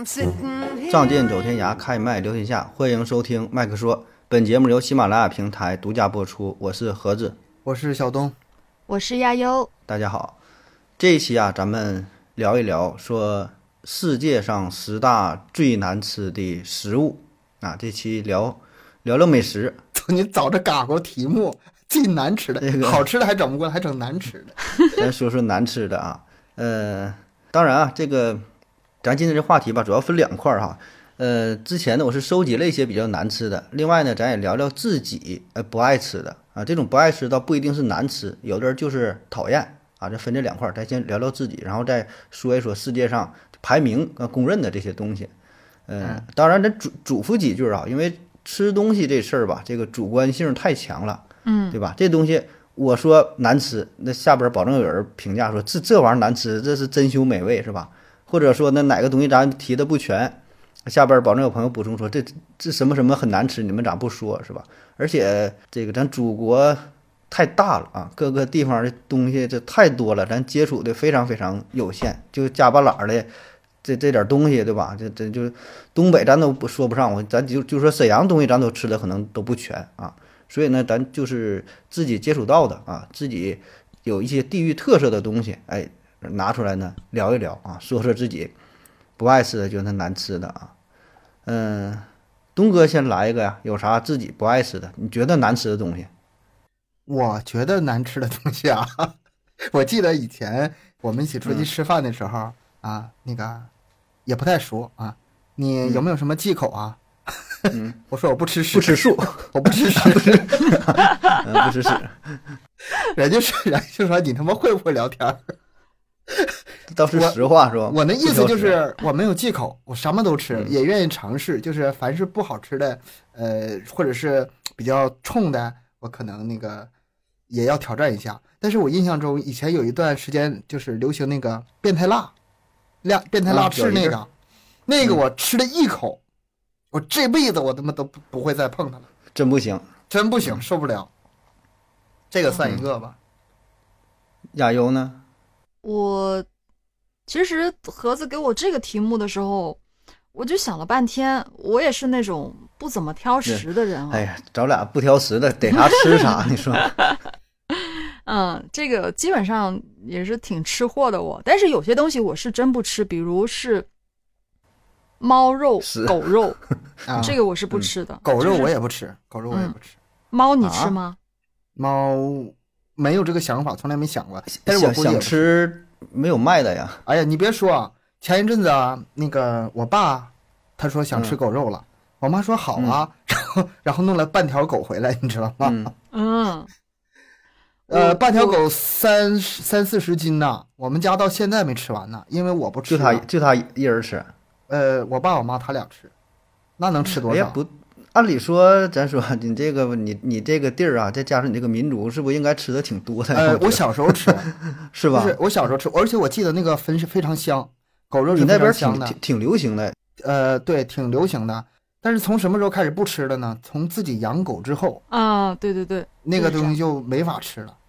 仗剑走天涯，开麦聊天下，欢迎收听麦克说。本节目由喜马拉雅平台独家播出，我是盒子， 我是小东， 我是亚优。 大家好，这一期啊，咱们聊一聊说世界上10大最难吃的食物啊。这期聊美食。 你找着嘎过题目，最难吃的，好吃的还整不过来，还整难吃的。 咱说说难吃的啊，当然啊，这个咱今天这话题吧，主要分2块哈。之前呢，我是收集了一些比较难吃的，另外呢，咱也聊聊自己不爱吃的啊。这种不爱吃倒不一定是难吃，有的人就是讨厌啊。这分这2块，咱先聊聊自己，然后再说一说世界上排名公认的这些东西。当然咱嘱咐几句啊，因为吃东西这事儿吧，这个主观性太强了，对吧？这东西我说难吃，那下边保证有人评价说这玩意儿难吃，这是珍馐美味，是吧？或者说那哪个东西咱提的不全，下边保证有朋友补充说这什么什么很难吃，你们咋不说，是吧？而且这个咱祖国太大了啊，各个地方的东西这太多了，咱接触的非常非常有限，就夹巴拉的这点东西，对吧？这就东北咱都说不上，咱就说沈阳东西咱都吃的可能都不全啊。所以呢，咱就是自己接触到的啊，自己有一些地域特色的东西，拿出来呢聊一聊啊，说说自己不爱吃的，觉得难吃的啊。东哥先来一个呀，有啥自己不爱吃的？你觉得难吃的东西？ 我觉得难吃的东西啊，我记得以前我们一起出去吃饭的时候啊，那个也不太熟啊，你有没有什么忌口啊？我说我不吃屎， 不吃素， 我不吃屎， 不吃屎。 人家就说你他妈会不会聊天？ 倒是实话是吧？ 我那意思就是我没有忌口，我什么都吃，也愿意尝试。就是凡是不好吃的，或者是比较冲的，我可能那个也要挑战一下。但是我印象中以前有一段时间就是流行那个变态辣翅那个我吃了一口，我这辈子我他妈都不会再碰它了， 真不行， 受不了。这个算一个吧。 亚优呢？ 我其实盒子给我这个题目的时候，我就想了半天，我也是那种不怎么挑食的人啊。 哎呀，咱俩不挑食的，逮啥吃啥，你说？ 这个基本上也是挺吃货的我，但是有些东西我是真不吃，比如是猫肉、狗肉，这个我是不吃的。 狗肉我也不吃， 猫你吃吗？ 猫没有这个想法，从来没想过。但是我想吃没有卖的呀。 哎呀，你别说啊，前一阵子啊，那个我爸他说想吃狗肉了，我妈说好啊，然后弄了半条狗回来，你知道吗？半条狗30-40斤呢，我们家到现在没吃完呢，因为我不吃。 就他一人吃。 我爸我妈他俩吃，那能吃多少？ 不。按理说，咱说你这个你这个地儿啊，再加上你这个民族，是不是应该吃的挺多的？ 我小时候吃， 是吧？ 我小时候吃，而且我记得那个粉是非常香，狗肉是非常香的。 你那边挺流行的。 对，挺流行的。但是从什么时候开始不吃了呢？从自己养狗之后啊，对， 那个东西就没法吃了。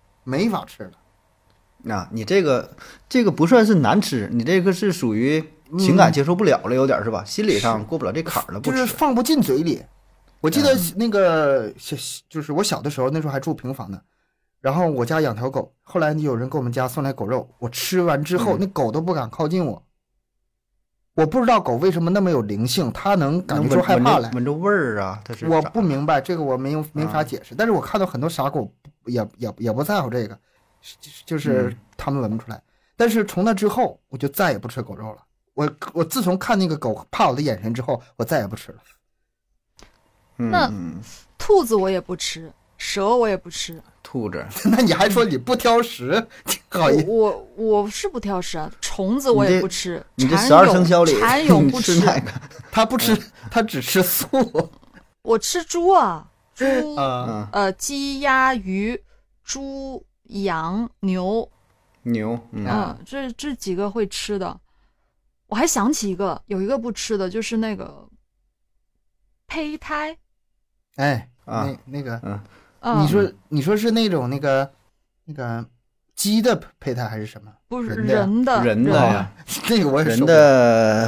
啊，你这个不算是难吃，你这个是属于情感接受不了了，有点是吧？心理上过不了这坎儿了，不吃， 就是放不进嘴里。我记得那个就是我小的时候，那时候还住平房呢，然后我家养条狗，后来有人给我们家送来狗肉，我吃完之后，那狗都不敢靠近我。我不知道狗为什么那么有灵性，它能感觉出害怕来， 闻着味儿啊，它是我不明白这个，我没法解释。但是我看到很多傻狗也不在乎这个，就是他们闻不出来。但是从那之后，我就再也不吃狗肉了。我自从看那个狗怕我的眼神之后，我再也不吃了。 那兔子我也不吃，蛇我也不吃。 兔子？ 那你还说你不挑食？好意思。 我是不挑食啊，虫子我也不吃。 你这12生肖里蚕蛹不吃。 他不吃，他只吃素。 我吃猪啊，猪鸡鸭鱼、猪羊牛。这几个会吃的。我还想起有一个不吃的，就是那个胚胎。 那个你说是那种那个鸡的胚胎还是什么？ 不是人的呀， 那个我也人的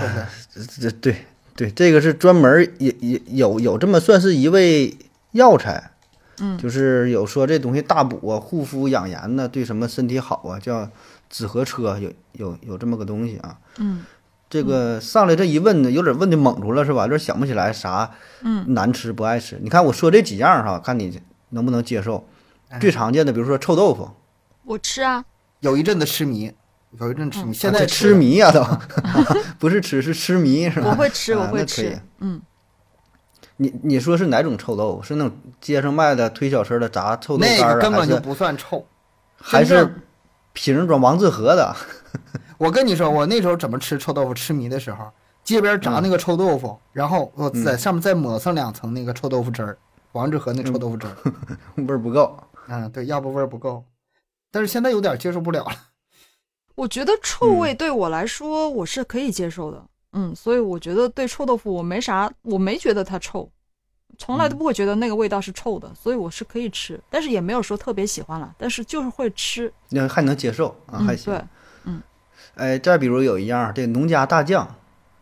对，这个是专门也有这么算是一味药材，就是有说这东西大补啊，护肤养颜呢，对什么身体好啊，叫紫河车，有这么个东西啊。这个上来这一问呢，有点问的懵住了是吧？有点想不起来啥难吃不爱吃。你看我说这几样哈，看你能不能接受。最常见的，比如说臭豆腐， 我吃啊， 有一阵子痴迷，现在痴迷呀都，不是吃是痴迷是吧？ 我会吃，我会吃。你说是哪种臭豆腐？是那种街上卖的推小车的炸臭豆干那个根本就不算臭， 还是瓶装王致和的？ 我跟你说，我那时候怎么吃臭豆腐痴迷的时候，街边炸那个臭豆腐，然后我在上面再抹上2层那个臭豆腐汁儿，王致和那臭豆腐汁儿， 味儿不够。 对，要不味儿不够。但是现在有点接受不了了。 我觉得臭味对我来说我是可以接受的，所以我觉得对臭豆腐我没觉得它臭，从来都不会觉得那个味道是臭的，所以我是可以吃，但是也没有说特别喜欢了，但是就是会吃， 那还能接受啊，还行。 对。 再比如有一样，这农家大酱，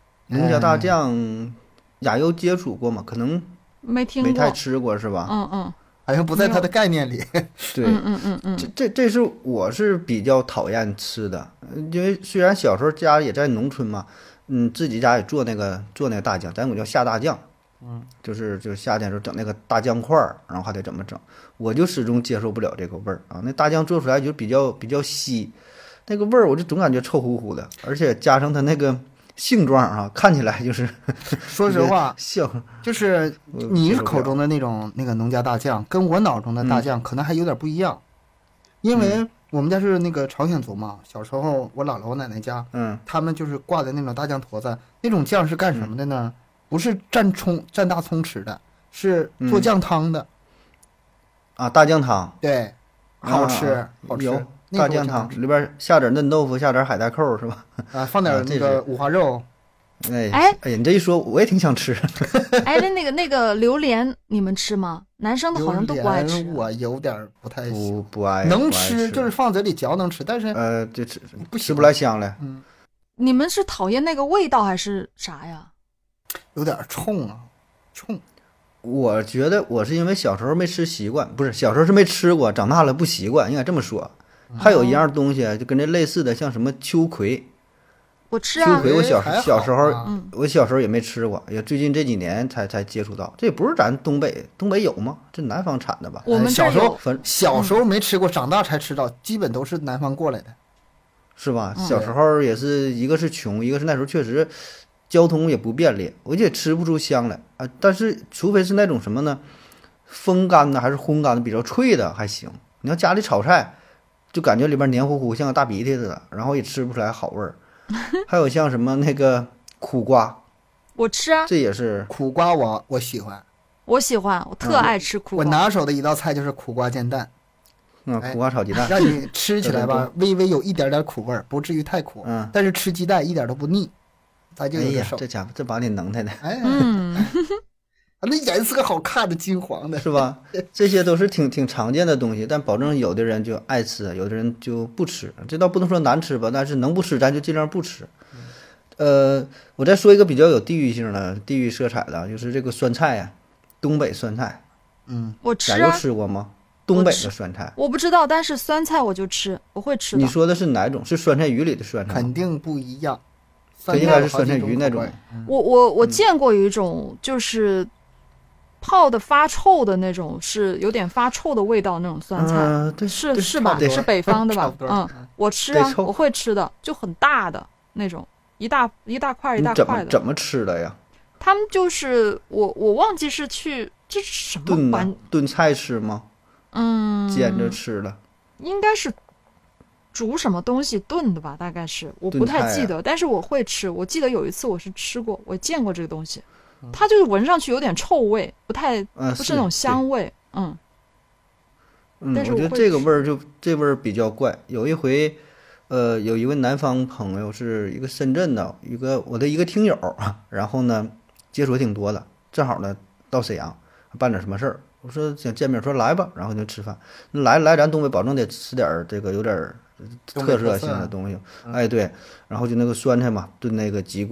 亚优接触过吗？可能没听过， 没太吃过是吧？ 好像不在它的概念里。 对，这是我是比较讨厌吃的，因为虽然小时候家里也在农村嘛，自己家也做那个大酱，咱管叫下大酱，就是夏天时候整那个大酱块儿，然后还得怎么整，我就始终接受不了这个味儿啊。那大酱做出来就比较稀。那个味儿我就总感觉臭乎乎的，而且加上它那个性状啊，看起来就是说实话， 笑， 就是你口中的那个农家大酱，跟我脑中的大酱可能还有点不一样，因为我们家是那个朝鲜族嘛，小时候我姥姥我奶奶家，他们就是挂的那种大酱坨子，那种酱是干什么的呢？不是蘸大葱吃的，是做酱汤的。 大酱汤， 对，好吃，好吃。 大酱汤里边下点嫩豆腐，下点海带扣是吧？ 放点那个五花肉。 哎，你这一说，我也挺想吃。 那个榴莲你们吃吗？男生的好像都不爱吃。 我有点不太喜欢， 不爱。 能吃，就是放嘴里嚼能吃，但是就吃不来香来。 你们是讨厌那个味道还是啥呀？ 有点冲。 我觉得我是因为小时候没吃习惯，不是小时候是没吃过，长大了不习惯，应该这么说。还有一样东西就跟这类似的，像什么秋葵， 我吃啊。 秋葵我小时候也没吃过，也最近这几年才接触到。这也不是咱东北有吗？这南方产的吧？ 我们小时候没吃过，长大才吃到，基本都是南方过来的， 是吧？小时候也是一个是穷，一个是那时候确实交通也不便利，我也吃不出香来啊。但是除非是那种什么呢，风干的还是烘干的比较脆的还行。你要家里炒菜，就感觉里边黏糊糊，像个大鼻涕似的，然后也吃不出来好味儿。还有像什么那个苦瓜， 我吃啊， 这也是苦瓜我喜欢， 我特爱吃苦瓜。 我拿手的一道菜就是苦瓜煎蛋。 苦瓜炒鸡蛋， 让你吃起来吧，微微有一点点苦味儿，不至于太苦。但是吃鸡蛋一点都不腻，咱就有点手。 这家伙这把你能耐的。 那颜色好看的金黄的是吧？这些都是挺常见的东西，但保证有的人就爱吃，有的人就不吃。这倒不能说难吃吧，但是能不吃咱就尽量不吃。我再说一个比较有地域性的、地域色彩的，就是这个酸菜呀，东北酸菜。 我吃啊。 有吃过吗？东北的酸菜我不知道，但是酸菜我就吃，我会吃的。 你说的是哪种？是酸菜鱼里的酸菜？ 肯定不一样。 这应该是酸菜鱼那种。 我见过有一种就是泡的发臭的那种，是有点发臭的味道那种酸菜， 对， 是吧？是北方的吧？我吃啊，我会吃的，就很大的那种，一大块一大块的。 怎么吃的呀？ 他们就是我忘记是去这是什么炖菜吃吗？煎着吃的， 应该是煮什么东西炖的吧？大概是，我不太记得，但是我会吃。我记得有一次我是吃过，我见过这个东西，它就是闻上去有点臭味，不是那种香味。但是我觉得这个味儿这味儿比较怪。有一回，有一位南方朋友是一个深圳的我的一个听友，然后呢接触挺多的，正好呢到沈阳办点什么事儿。我说想见面，说来吧，然后就吃饭。来咱东北保证得吃点这个有点特色性的东西。对，然后就那个酸菜嘛，炖那个脊骨，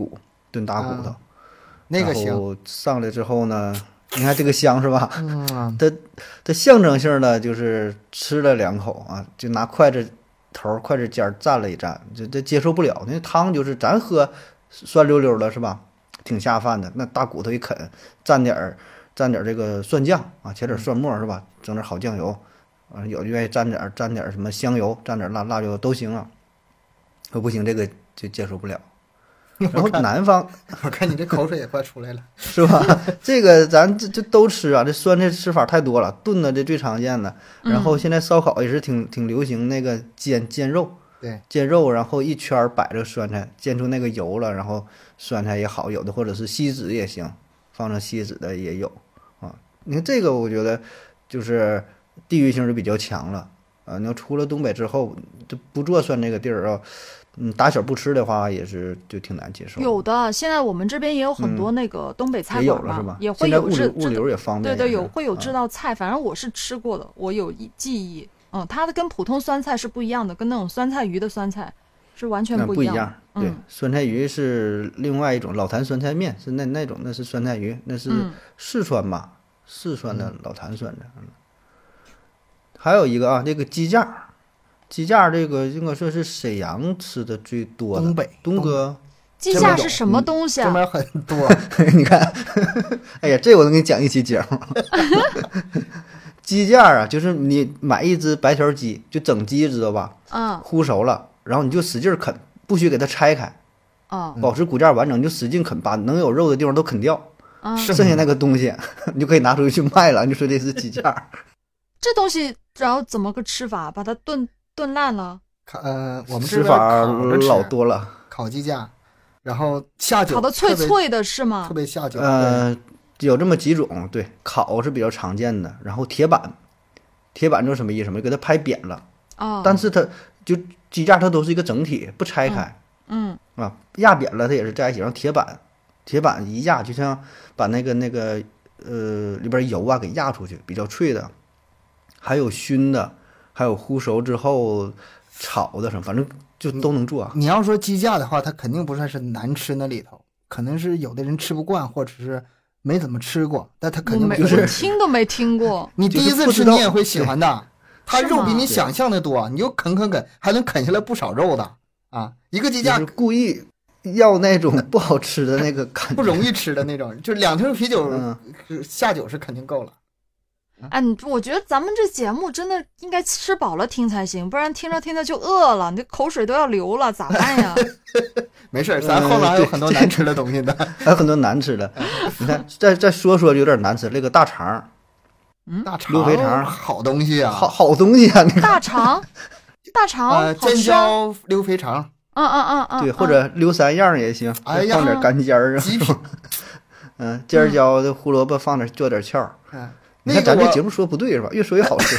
炖大骨头， 那个然后上来之后呢，你看这个香是吧？它象征性的就是吃了2口啊，就拿筷子头、筷子尖蘸了一蘸，这接受不了。那汤就是咱喝酸溜溜的是吧？挺下饭的。那大骨头一啃，蘸点这个蒜酱啊，切点蒜末是吧？整点好酱油啊，有的愿意蘸点什么香油，蘸点辣椒都行啊。我不行，这个就接受不了。然后南方， 我看你这口水也快出来了， 是吧？这个咱这都吃啊，这酸菜吃法太多了，炖的这最常见的。然后现在烧烤也是挺流行那个煎肉， 对， 煎肉，然后一圈摆着酸菜，煎出那个油了，然后酸菜也好，有的或者是锡纸也行，放上锡纸的也有啊。你看这个，我觉得就是地域性是比较强了啊。你要出了东北之后，就不做涮这个地儿啊。打小不吃的话，也是就挺难接受。 有的，现在我们这边也有很多那个东北菜馆嘛， 也有了是吧？ 也会有物流也方便。 对，会有这道菜，反正我是吃过的，我有记忆。它的跟普通酸菜是不一样的，跟那种酸菜鱼的酸菜是完全不一样。 对，酸菜鱼是另外一种老坛酸菜面，是那种那是酸菜鱼，那是四川吧？四川的老坛酸菜。还有一个啊，这个鸡架。鸡架这个应该说是沈阳吃的最多的。东哥， 鸡架是什么东西啊？ 这边很多， 你看，哎呀，这我能给你讲一期节目。鸡架啊，就是你买一只白条鸡，就整鸡，知道吧？烀熟了，然后你就使劲啃，不许给它拆开，保持骨架完整，你就使劲啃，把能有肉的地方都啃掉，剩下那个东西你就可以拿出去卖了。你就说这是鸡架。 这东西然后怎么个吃法？把它炖烂了， 我们吃法老多了， 烤鸡架，然后下酒， 烤的脆脆的是吗？ 特别下酒。 有这么几种，对，烤是比较常见的。然后铁板就是什么意思？给它拍扁了，但是它就鸡架它都是一个整体，不拆开，压扁了它也是在一起。然后铁板一压，就像把那个里边油啊给压出去，比较脆的。还有熏的。还有烀熟之后炒的什么，反正就都能做。 你要说鸡架的话，它肯定不算是难吃那里头，可能是有的人吃不惯，或者是没怎么吃过，但它肯定不是。 我听都没听过。 你第一次吃你也会喜欢的，它肉比你想象的多，你就啃，还能啃下来不少肉的啊！一个鸡架故意要那种不好吃的那个感觉， 不容易吃的那种，就2瓶啤酒下酒是肯定够了。 我觉得咱们这节目真的应该吃饱了听才行，不然听着就饿了，你口水都要流了，咋办呀？ 没事，咱后面还有很多难吃的东西呢， 还有很多难吃的。你看，再说就有点难吃，这个大肠，溜肥肠， 好东西啊， 好东西啊！ 大肠， 尖椒溜肥肠， 对，或者溜3样也行，放点干尖儿啊，尖椒的胡萝卜放点，做点芡。你看咱这节目说不对是吧？越说越好吃。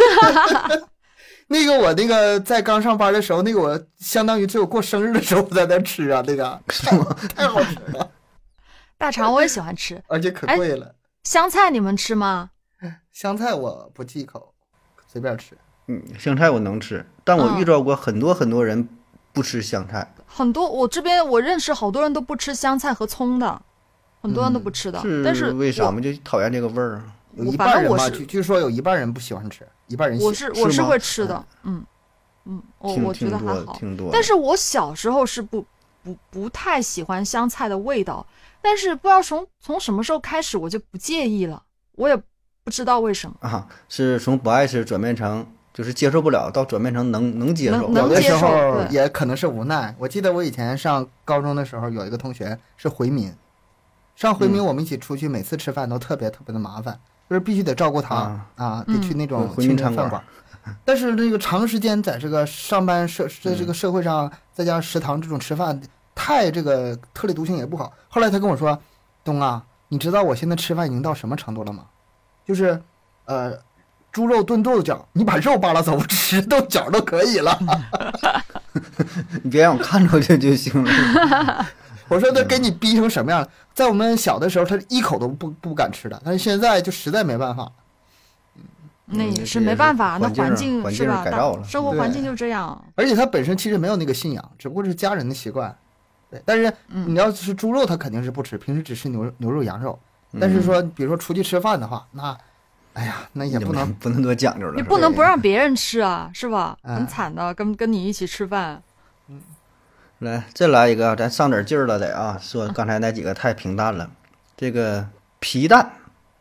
我在刚上班的时候，我相当于只有过生日的时候我在那吃啊，太好吃了。 大肠我也喜欢吃， 而且可贵了。 香菜你们吃吗？ 香菜我不忌口，随便吃。 香菜我能吃，但我遇到过很多人不吃香菜。 很多，我这边我认识好多人都不吃香菜和葱的，很多人都不吃的。但是为啥嘛？就讨厌这个味儿。 有一半人吧，据说有一半人不喜欢吃，一半人喜欢。 我是会吃的，我觉得还好。但是我小时候是不太喜欢香菜的味道，但是不知道从什么时候开始我就不介意了，我也不知道为什么啊，是从不爱吃转变成就是接受不了，到转变成能接受。 有的时候也可能是无奈。我记得我以前上高中的时候，有一个同学是回民，上回民我们一起出去，每次吃饭都特别特别的麻烦。就是必须得照顾他得去那种清真饭馆。但是长时间在这个上班在这个社会上，再加食堂这种吃饭，太特立独行也不好。后来他跟我说：“东啊，你知道我现在吃饭已经到什么程度了吗？就是猪肉炖豆角，你把肉扒拉走，吃豆角都可以了。 你别让我看着就行了。” 我说他给你逼成什么样？在我们小的时候，他一口都不敢吃的，但是现在就实在没办法。 那也是没办法，那环境是吧？ 改造了， 生活环境就这样。 而且他本身其实没有那个信仰，只不过是家人的习惯。 对，但是你要是猪肉，他肯定是不吃，平时只吃牛肉、羊肉。但是说，比如说出去吃饭的话，那，哎呀，那也不能多讲究了。 你不能不让别人吃啊，是吧？很惨的，跟你一起吃饭。 来，再来一个，咱上点劲儿了得啊！说刚才那几个太平淡了。这个皮蛋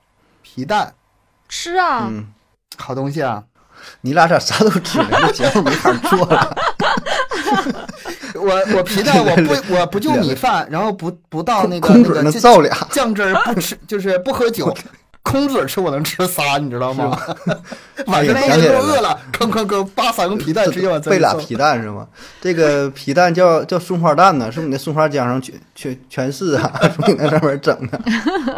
吃啊， 好东西啊！ 你俩咋啥都吃了？这节目没法做了。 我皮蛋我不就米饭，然后不到那个空嘴能造俩酱汁儿不吃，就是不喝酒，空嘴吃我能吃仨，你知道吗？晚上都饿了，吭扒3个皮蛋吃一碗。 备俩皮蛋是吗？这个皮蛋叫松花蛋呢，是不是你那松花江上全是啊？是不是你那上面整的？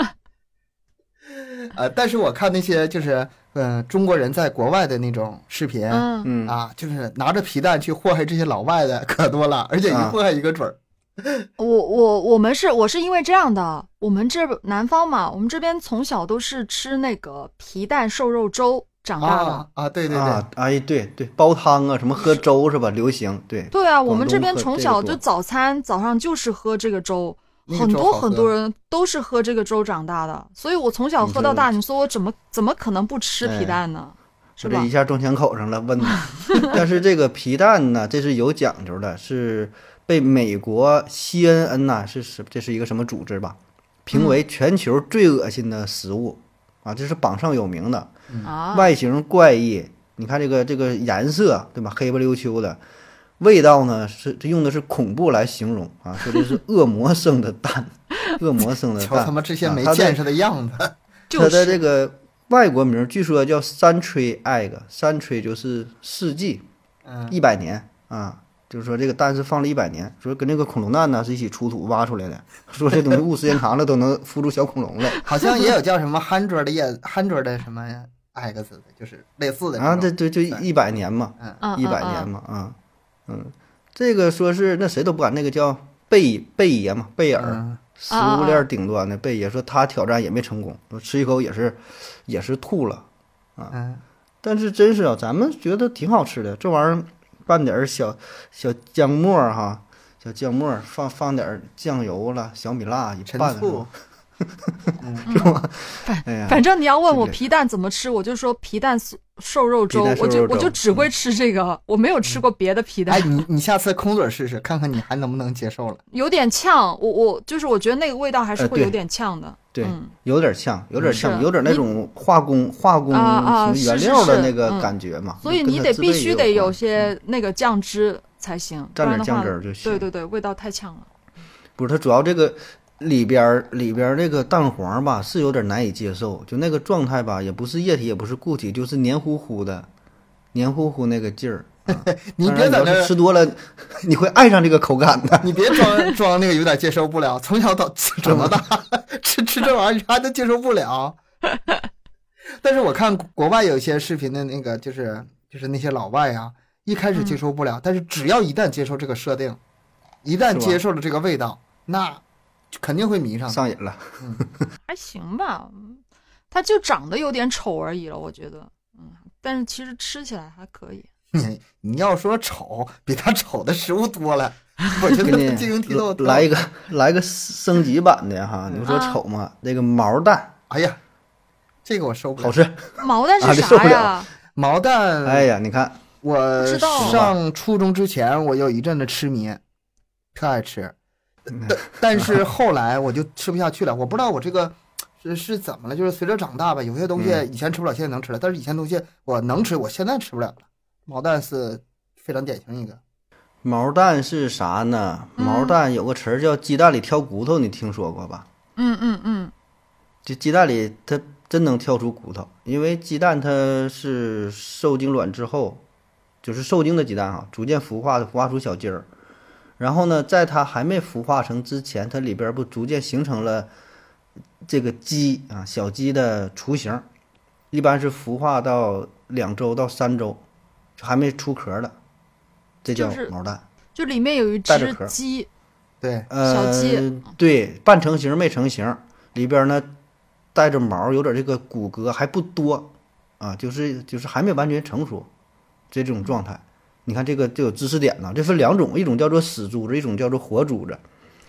但是我看那些就是中国人在国外的那种视频，就是拿着皮蛋去祸害这些老外的可多了，而且一祸害一个准儿。 我是因为这样的，我们这南方嘛，我们这边从小都是吃那个皮蛋瘦肉粥长大的对哎对，煲汤啊什么喝粥是吧？流行对啊，我们这边从小就早上就是喝这个粥。很多人都是喝这个粥长大的，所以我从小喝到大。你说我怎么可能不吃皮蛋呢？是吧？ 这一下撞枪口上了，问他。但是这个皮蛋呢，这是有讲究的，是被美国 CNN 呐，这是一个什么组织吧，评为全球最恶心的食物啊，这是榜上有名的。外形怪异，你看这个颜色对吧，黑不溜秋的。味道呢这用的是恐怖来形容啊，说这是恶魔生的蛋，恶魔生的蛋。 瞧他妈这些没见识的样子。 它的这个外国名据说叫century egg，century就是世纪，100年啊，就是说这个蛋是放了100年，说跟这个恐龙蛋呢是一起出土挖出来的，说这东西捂时间长了都能孵出小恐龙来。 好像也有叫什么100的什么 eggs 的，就是类似的啊，对，就100年嘛，100年嘛这个说是那谁都不敢，那个叫贝爷嘛，贝尔，食物链顶端的贝爷，说他挑战也没成功，吃一口也是吐了啊。但是真是啊，咱们觉得挺好吃的，这玩意儿拌点小姜末哈，小姜末放点酱油了，小米辣一拌是吧？ 反正你要问我皮蛋怎么吃，我就说皮蛋瘦肉粥，我就只会吃这个，我没有吃过别的皮蛋。 哎，你下次空嘴试试，看看你还能不能接受了。 有点呛，我觉得那个味道还是会有点呛的。 对，有点呛，有点那种化工原料的那个感觉嘛。 所以你必须得有些那个酱汁才行， 蘸点酱汁就行。 对，味道太呛了。 不是，它主要这个。里边这个蛋黄吧是有点难以接受，就那个状态吧，也不是液体也不是固体，就是黏糊糊那个劲儿。 你别在那吃多了，你会爱上这个口感的。 你别装那个有点接受不了，从小到这么大吃这玩意儿还都接受不了。但是我看国外有一些视频的那个就是那些老外啊，一开始接受不了，但是只要一旦接受这个设定，一旦接受了这个味道，那肯定会迷上瘾了。 还行吧，它就长得有点丑而已了，我觉得。但是其实吃起来还可以。 你要说丑，比它丑的食物多了。我觉得金庸提到来一个升级版的哈，你说丑吗？那个毛蛋， 哎呀，这个我受不了。 好吃。 毛蛋是啥呀？ 毛蛋， 哎呀，你看， 我上初中之前，我有一阵子痴迷，特爱吃。但是后来我就吃不下去了，我不知道我这个是怎么了，就是随着长大吧，有些东西以前吃不了，现在能吃了，但是以前东西我能吃，我现在吃不了了。毛蛋是非常典型一个。 毛蛋是啥呢？毛蛋有个词儿叫鸡蛋里挑骨头，你听说过吧？就鸡蛋里它真能挑出骨头，因为鸡蛋它是受精卵之后，就是受精的鸡蛋啊，逐渐孵化出小鸡儿。然后呢，在它还没孵化成之前，它里边不逐渐形成了这个鸡啊，小鸡的雏形，一般是孵化到2周到3周，就还没出壳的，这叫毛蛋。 就里面有一只鸡， 对， 小鸡， 对，半成型没成型，里边呢带着毛，有点这个骨骼还不多啊，就是还没完全成熟，这种状态。你看这个就有知识点呢，这分2种，一种叫做死珠子，一种叫做活珠子。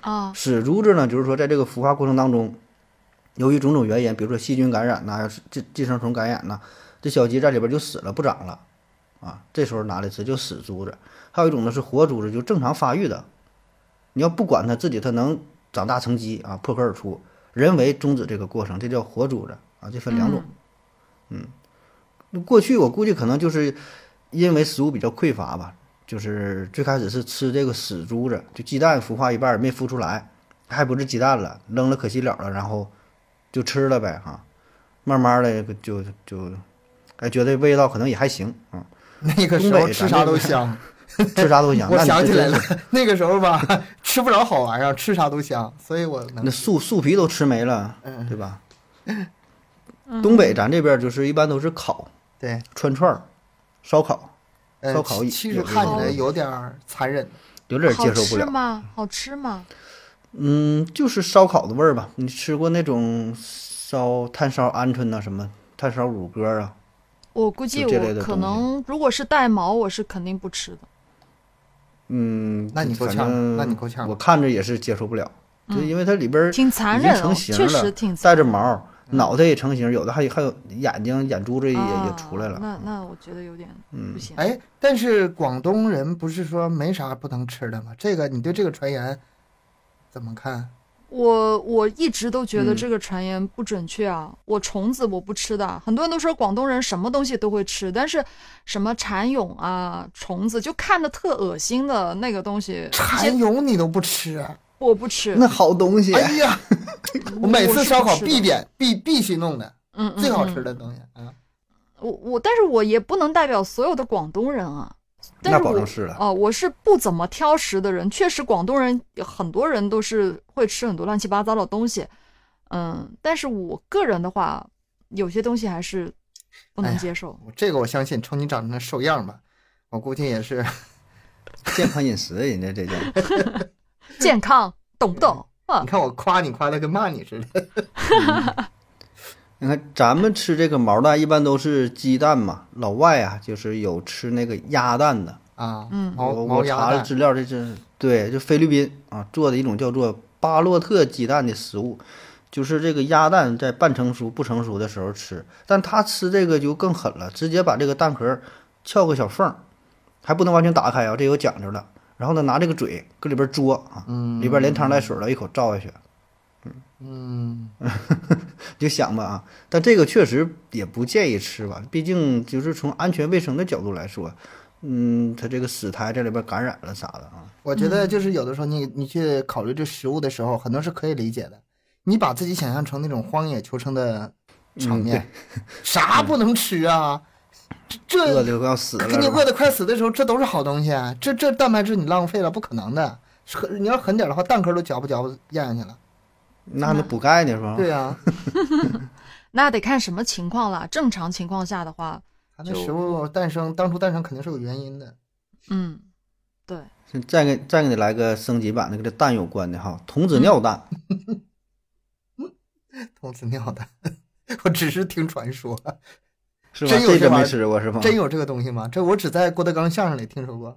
啊。 死珠子呢，就是说在这个孵化过程当中，由于种种原因，比如说细菌感染呐，寄生虫感染呐，这小鸡在里边就死了，不长了啊。这时候拿来吃就死珠子。还有一种呢是活珠子，就正常发育的，你要不管它自己，它能长大成鸡啊，破壳而出。人为终止这个过程，这叫活珠子啊。这分两种。过去我估计可能就是因为食物比较匮乏吧，就是最开始是吃这个死珠子，就鸡蛋孵化一半没孵出来，还不是鸡蛋了，扔了可惜了了，然后就吃了呗哈。慢慢的就觉得味道可能也还行啊。 那个时候吃啥都香， 吃啥都香。 我想起来了，那个时候吧，吃不着好玩意儿，吃啥都香，所以我那树皮都吃没了，对吧？东北咱这边就是一般都是烤。 对， 串串、烧烤， 其实看起来有点残忍， 有点接受不了。 好吃吗？ 就是烧烤的味儿吧。你吃过那种炭烧鹌鹑呐，什么炭烧乳鸽啊？ 我估计我可能如果是带毛，我是肯定不吃的。 那你够呛， 我看着也是接受不了，就因为它里边挺残忍成型了， 确实挺带着毛。脑袋也成型，有的还有眼睛、眼珠子也出来了。 那我觉得有点不行。 但是广东人不是说没啥不能吃的吗？这个你对这个传言怎么看？ 我一直都觉得这个传言不准确啊。我虫子我不吃的，很多人都说广东人什么东西都会吃，但是什么蚕蛹啊、虫子就看着特恶心的那个东西。 蚕蛹你都不吃啊？ 我不吃。 那好东西。 哎呀，我每次烧烤必须弄的，最好吃的东西啊。 但是我也不能代表所有的广东人啊。但是那保证是了。 我是不怎么挑食的人，确实广东人很多人都是会吃很多乱七八糟的东西。但是我个人的话，有些东西还是不能接受。 这个我相信，瞅你长成那瘦样吧，我估计也是健康饮食，人家这叫。 健康，懂不懂？ 你看我夸你夸的跟骂你似的。 你看咱们吃这个毛蛋一般都是鸡蛋嘛，老外啊就是有吃那个鸭蛋的啊。 我查了资料，这是对，就菲律宾啊做的一种叫做巴洛特鸡蛋的食物，就是这个鸭蛋在半成熟不成熟的时候吃，但他吃这个就更狠了，直接把这个蛋壳撬个小缝，还不能完全打开啊，这有讲究了。然后呢，拿这个嘴搁里边嘬啊，里边连汤带水的一口照下去，就想吧啊，但这个确实也不建议吃吧，毕竟就是从安全卫生的角度来说，它这个死胎在里边感染了啥的啊。 我觉得就是有的时候你去考虑这食物的时候，很多是可以理解的。你把自己想象成那种荒野求生的场面，啥不能吃啊？这饿的要死了， 给你饿的快死的时候，这都是好东西啊！这蛋白质你浪费了，不可能的。你要狠点的话，蛋壳都嚼不咽下去了。 那还得补钙呢，是吧？ 对呀。 那得看什么情况了。正常情况下的话， 它那食物当初诞生肯定是有原因的。 对。 再给你来个升级版的，跟这蛋有关的哈，童子尿蛋。 童子尿蛋，我只是听传说。 是吧？这个没吃过是吗？ 真有这个东西吗？这我只在郭德纲相声里听说过。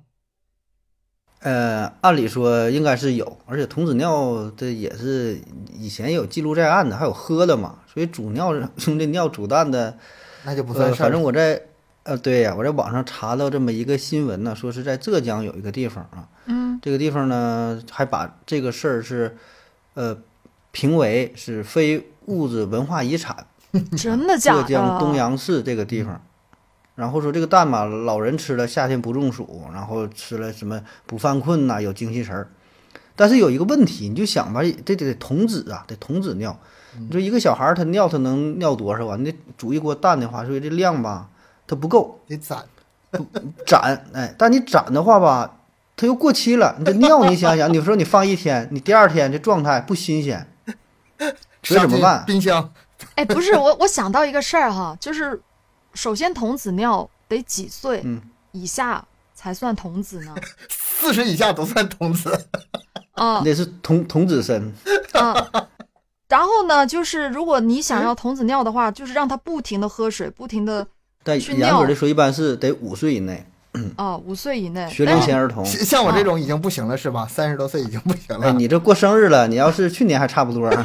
按理说应该是有，而且童子尿这也是以前有记录在案的，还有喝的嘛，所以煮尿用这尿煮蛋的， 那就不算事儿。 反正我在对呀，我在网上查到这么一个新闻呢，说是在浙江有一个地方啊，这个地方呢还把这个事儿是评为是非物质文化遗产。 真的假的？ 浙江东阳市这个地方，然后说这个蛋嘛，老人吃了夏天不中暑，然后吃了什么不犯困呐，有精气神儿。但是有一个问题，你就想吧，这得童子啊，得童子尿。你说一个小孩他能尿多少啊？你煮一锅蛋的话，所以这量吧，它不够， 得攒， 但你攒的话吧，它又过期了。你这尿，你想想，你说你放一天，你第二天这状态不新鲜，所以怎么办？ 冰箱。 不是我想到一个事儿哈，就是首先童子尿得几岁以下才算童子呢 ？40以下都算童子啊， 那是童子身啊。然后呢，就是如果你想要童子尿的话，就是让他不停的喝水，不停的但严格的说，一般是得5岁以内。 5岁以内学龄前儿童。 像我这种已经不行了是吧？30多岁已经不行了。 你这过生日了，你要是去年还差不多。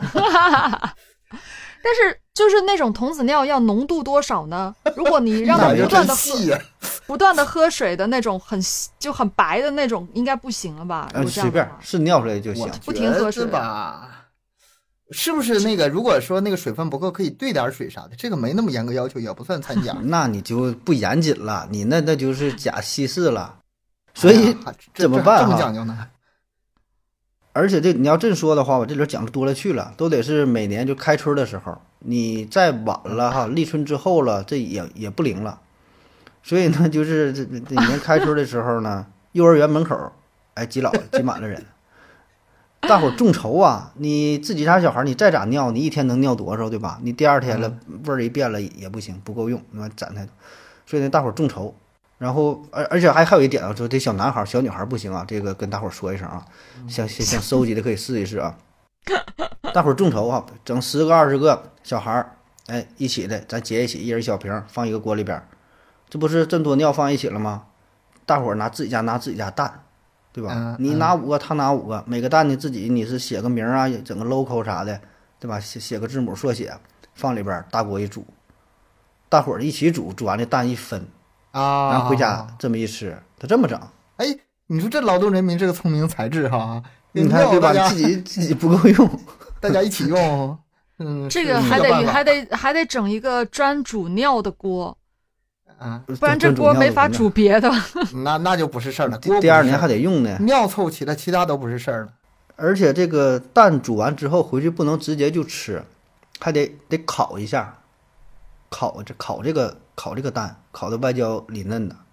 但是就是那种童子尿要浓度多少呢？如果你让它不断的喝水的那种很白的那种，应该不行了吧？ 随便是尿出来就行， 不停喝水吧。是不是那个如果说那个水分不够，可以兑点水啥的？这个没那么严格要求，也不算参加。 那你就不严谨了，你那就是假稀释了。所以怎么办？ 这么讲究呢？ 而且你要这说的话，我这里讲的多了去了，都得是每年就开春的时候，你再晚了立春之后了，这也不灵了。所以呢，就是这年开春的时候呢，幼儿园门口挤满了人，大伙众筹啊！你自己家小孩，你再咋尿，你一天能尿多少，对吧？你第二天了，味儿一变了也不行，不够用，那攒太多。所以呢，大伙众筹。然后，而且还有一点啊，说这小男孩、小女孩不行啊，这个跟大伙说一声啊，想收集的可以试一试啊。大伙众筹啊，整10个、20个小孩，一起的，咱结一起，一人小瓶，放一个锅里边，这不是这么多尿放一起了吗？大伙拿自己家蛋，对吧？你拿5个，他拿5个，每个蛋呢你是写个名啊，整个 logo 啥的，对吧？写个字母缩写，放里边，大锅一煮，大伙一起煮完这蛋一分。然后回家这么一吃，他这么整。 你说这劳动人民这个聪明才智哈， 你看对吧？自己不够用， 大家一起用。 这个还得整一个专煮尿的锅不然这锅没法煮别的。 那就不是事儿了。 第2年还得用呢， 尿凑齐了，其他都不是事儿了。 而且这个蛋煮完之后回去不能直接就吃，还得烤一下，烤这个蛋，烤的外焦里嫩的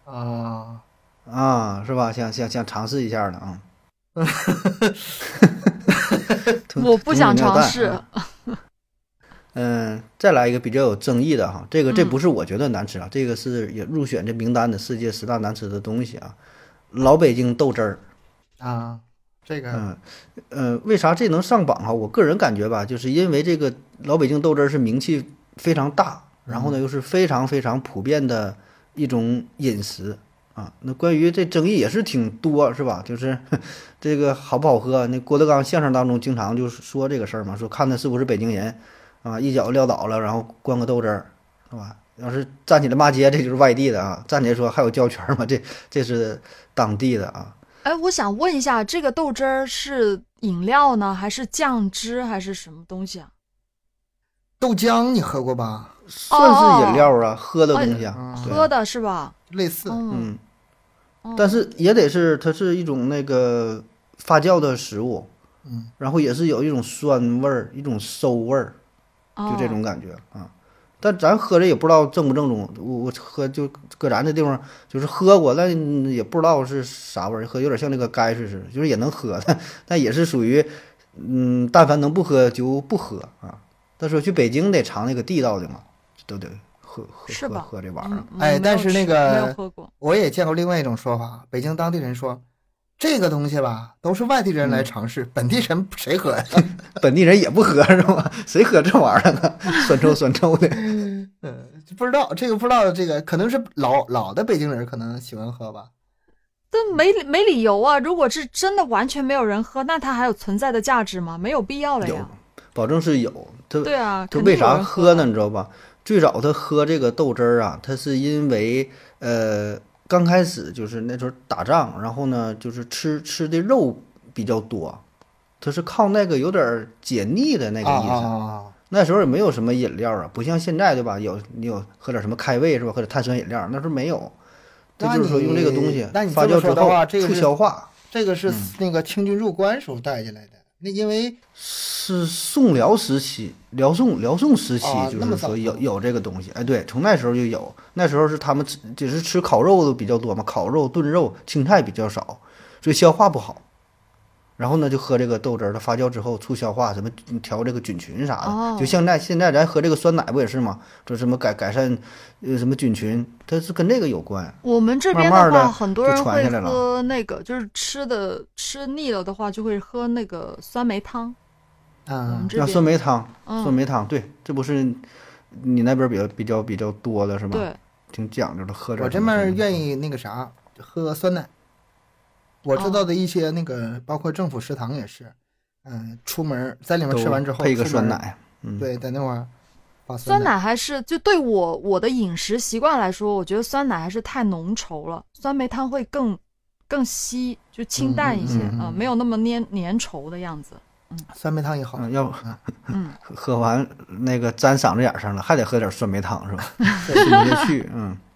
是吧？想尝试一下的啊。 我不想尝试。 再来一个比较有争议的哈，这不是我觉得难吃啊，这个是也入选这名单的世界10大难吃的东西啊。老北京豆汁儿这个为啥这能上榜啊？我个人感觉吧，就是因为这个老北京豆汁儿是名气非常大。然后呢，又是非常非常普遍的一种饮食啊。那关于这争议也是挺多，是吧？就是这个好不好喝？那郭德纲相声当中经常就是说这个事儿嘛，说看他是不是北京人啊，一脚撂倒了，然后灌个豆汁儿，是吧？要是站起来骂街，这就是外地的啊；站起来说还有交权嘛，这是当地的啊。 我想问一下，这个豆汁儿是饮料呢，还是酱汁，还是什么东西啊？ 豆浆你喝过吧？ 算是饮料啊，喝的东西啊， 喝的是吧？ 类似， 但是也得是它是一种那个发酵的食物，然后也是有一种酸味儿，一种馊味儿，就这种感觉啊。但咱喝着也不知道正不正宗，我喝就搁咱这地方就是喝过，但也不知道是啥味儿，喝有点像那个泔水似的，就是也能喝，但也是属于但凡能不喝就不喝啊。但是去北京得尝那个地道的嘛。都得喝这玩意儿。 但是那个没有喝过， 我也见过另外一种说法，北京当地人说这个东西吧都是外地人来尝试，本地人谁喝呀？ 本地人也不喝是吧？谁喝这玩意儿呢？酸臭的。 不知道这个可能是老的北京人可能喜欢喝吧。 但没理由啊！如果是真的完全没有人喝，那它还有存在的价值吗？没有必要了呀。 有，保证是有。 对啊， 他为啥喝呢？你知道吧？最早他喝这个豆汁儿啊，他是因为刚开始就是那时候打仗，然后呢就是吃的肉比较多，他是靠那个有点解腻的那个意思。那时候也没有什么饮料啊，不像现在对吧？你有喝点什么开胃是吧？喝点碳酸饮料，那时候没有。他就是说用这个东西发酵之后促消化。 这个是那个清军入关时候带进来的。那因为是宋辽时期，辽宋时期，就是说有这个东西，对，从那时候就有。那时候是他们只是吃烤肉的比较多嘛，烤肉、炖肉、青菜比较少，所以消化不好。然后呢，就喝这个豆汁儿，它发酵之后促消化，什么调这个菌群啥的。就现在咱喝这个酸奶不也是吗？说什么改善什么菌群，它是跟这个有关。 我们这边的话，很多人会喝那个，就是吃腻了的话，就会喝那个酸梅汤。 酸梅汤，对，这不是你那边比较多的是吧？ 对， 挺讲究的，喝点。 我这边愿意那个啥，喝酸奶。我知道的一些那个，包括政府食堂也是，出门在里面吃完之后配一个酸奶， 对，在那块儿把酸奶还是就对我的饮食习惯来说，我觉得酸奶还是太浓稠了，酸梅汤会更稀，就清淡一些没有那么粘稠的样子。 酸梅汤也好， 要不喝完那个沾嗓子眼上了，还得喝点酸梅汤是吧？进不去。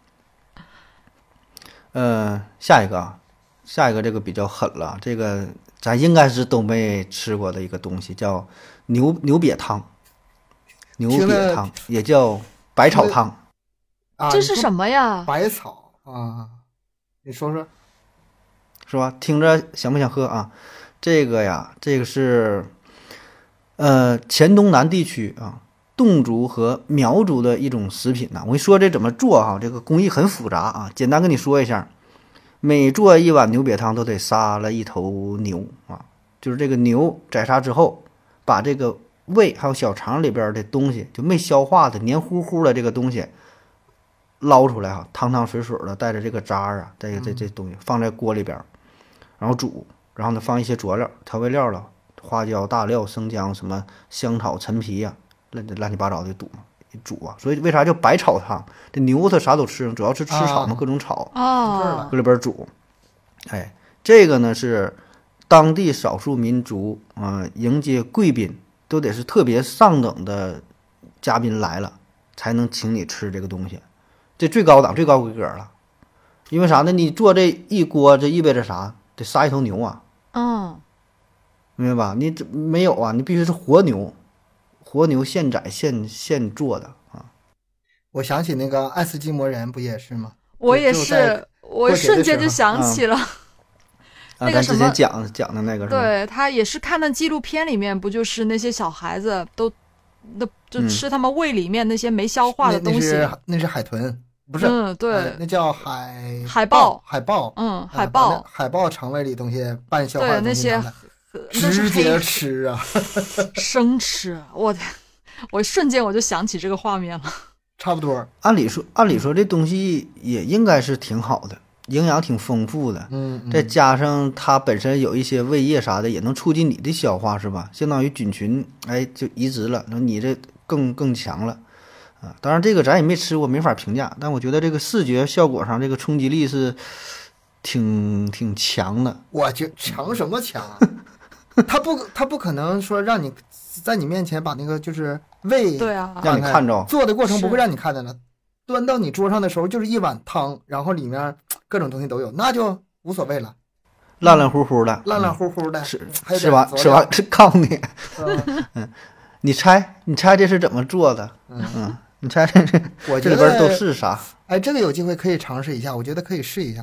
下一个这个比较狠了，这个咱应该是都没吃过的一个东西，叫牛瘪汤。牛瘪汤也叫百草汤这是什么呀？ 百草啊，你说说， 是吧？听着想不想喝啊？这个是黔东南地区啊，侗族和苗族的一种食品呐。我跟你说这怎么做哈，这个工艺很复杂啊。简单跟你说一下，每做一碗牛瘪汤都得杀了一头牛啊，就是这个牛宰杀之后，把这个胃还有小肠里边的东西，就没消化的黏糊糊的这个东西捞出来哈，汤汤水水的，带着这个渣啊，这东西放在锅里边，然后煮。然后呢，放一些佐料、调味料了，花椒、大料、生姜，什么香草、陈皮呀，乱七八糟的煮啊。所以为啥叫百草汤？这牛它啥都吃，主要是吃草嘛，各种草搁里边煮。哎，这个呢是当地少数民族迎接贵宾都得是特别上等的嘉宾来了，才能请你吃这个东西，这最高档、最高规格了。因为啥呢？你做这一锅，这意味着啥？得杀一头牛啊！明白吧？你这没有啊？你必须是活牛现宰现做的啊！ 我想起那个爱斯基摩人不也是吗？ 我也是，我瞬间就想起了那个什么之前讲的那个， 对，他也是看那纪录片里面，不就是那些小孩子都就吃他们胃里面那些没消化的东西？ 那是海豚。不是， 对， 那叫海豹， 海豹，海豹肠胃里东西半消化的东西， 对，那些直接吃啊， 生吃，我瞬间我就想起这个画面了。 差不多， 按理说这东西也应该是挺好的，营养挺丰富的，再加上它本身有一些胃液啥的，也能促进你的消化，是吧？相当于菌群就移植了，那你这更强了。当然这个咱也没吃过，没法评价，但我觉得这个视觉效果上这个冲击力是挺强的。 我觉强什么强啊？他不可能说让你在你面前把那个就是胃对啊让你看着， 做的过程不会让你看见的，端到你桌上的时候就是一碗汤，然后里面各种东西都有，那就无所谓了。 烂乎乎的，吃完告诉你，你猜这是怎么做的？你猜我觉得这里边都是啥？ 这个有机会可以尝试一下，我觉得可以试一下。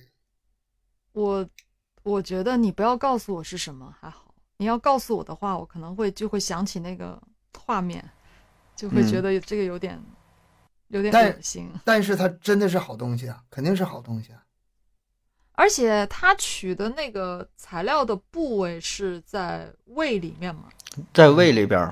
我觉得你不要告诉我是什么还好，你要告诉我的话，我可能就会想起那个画面，就会觉得这个有点恶心。 但是它真的是好东西啊，肯定是好东西啊。 而且它取的那个材料的部位是在胃里面吗？ 在胃里边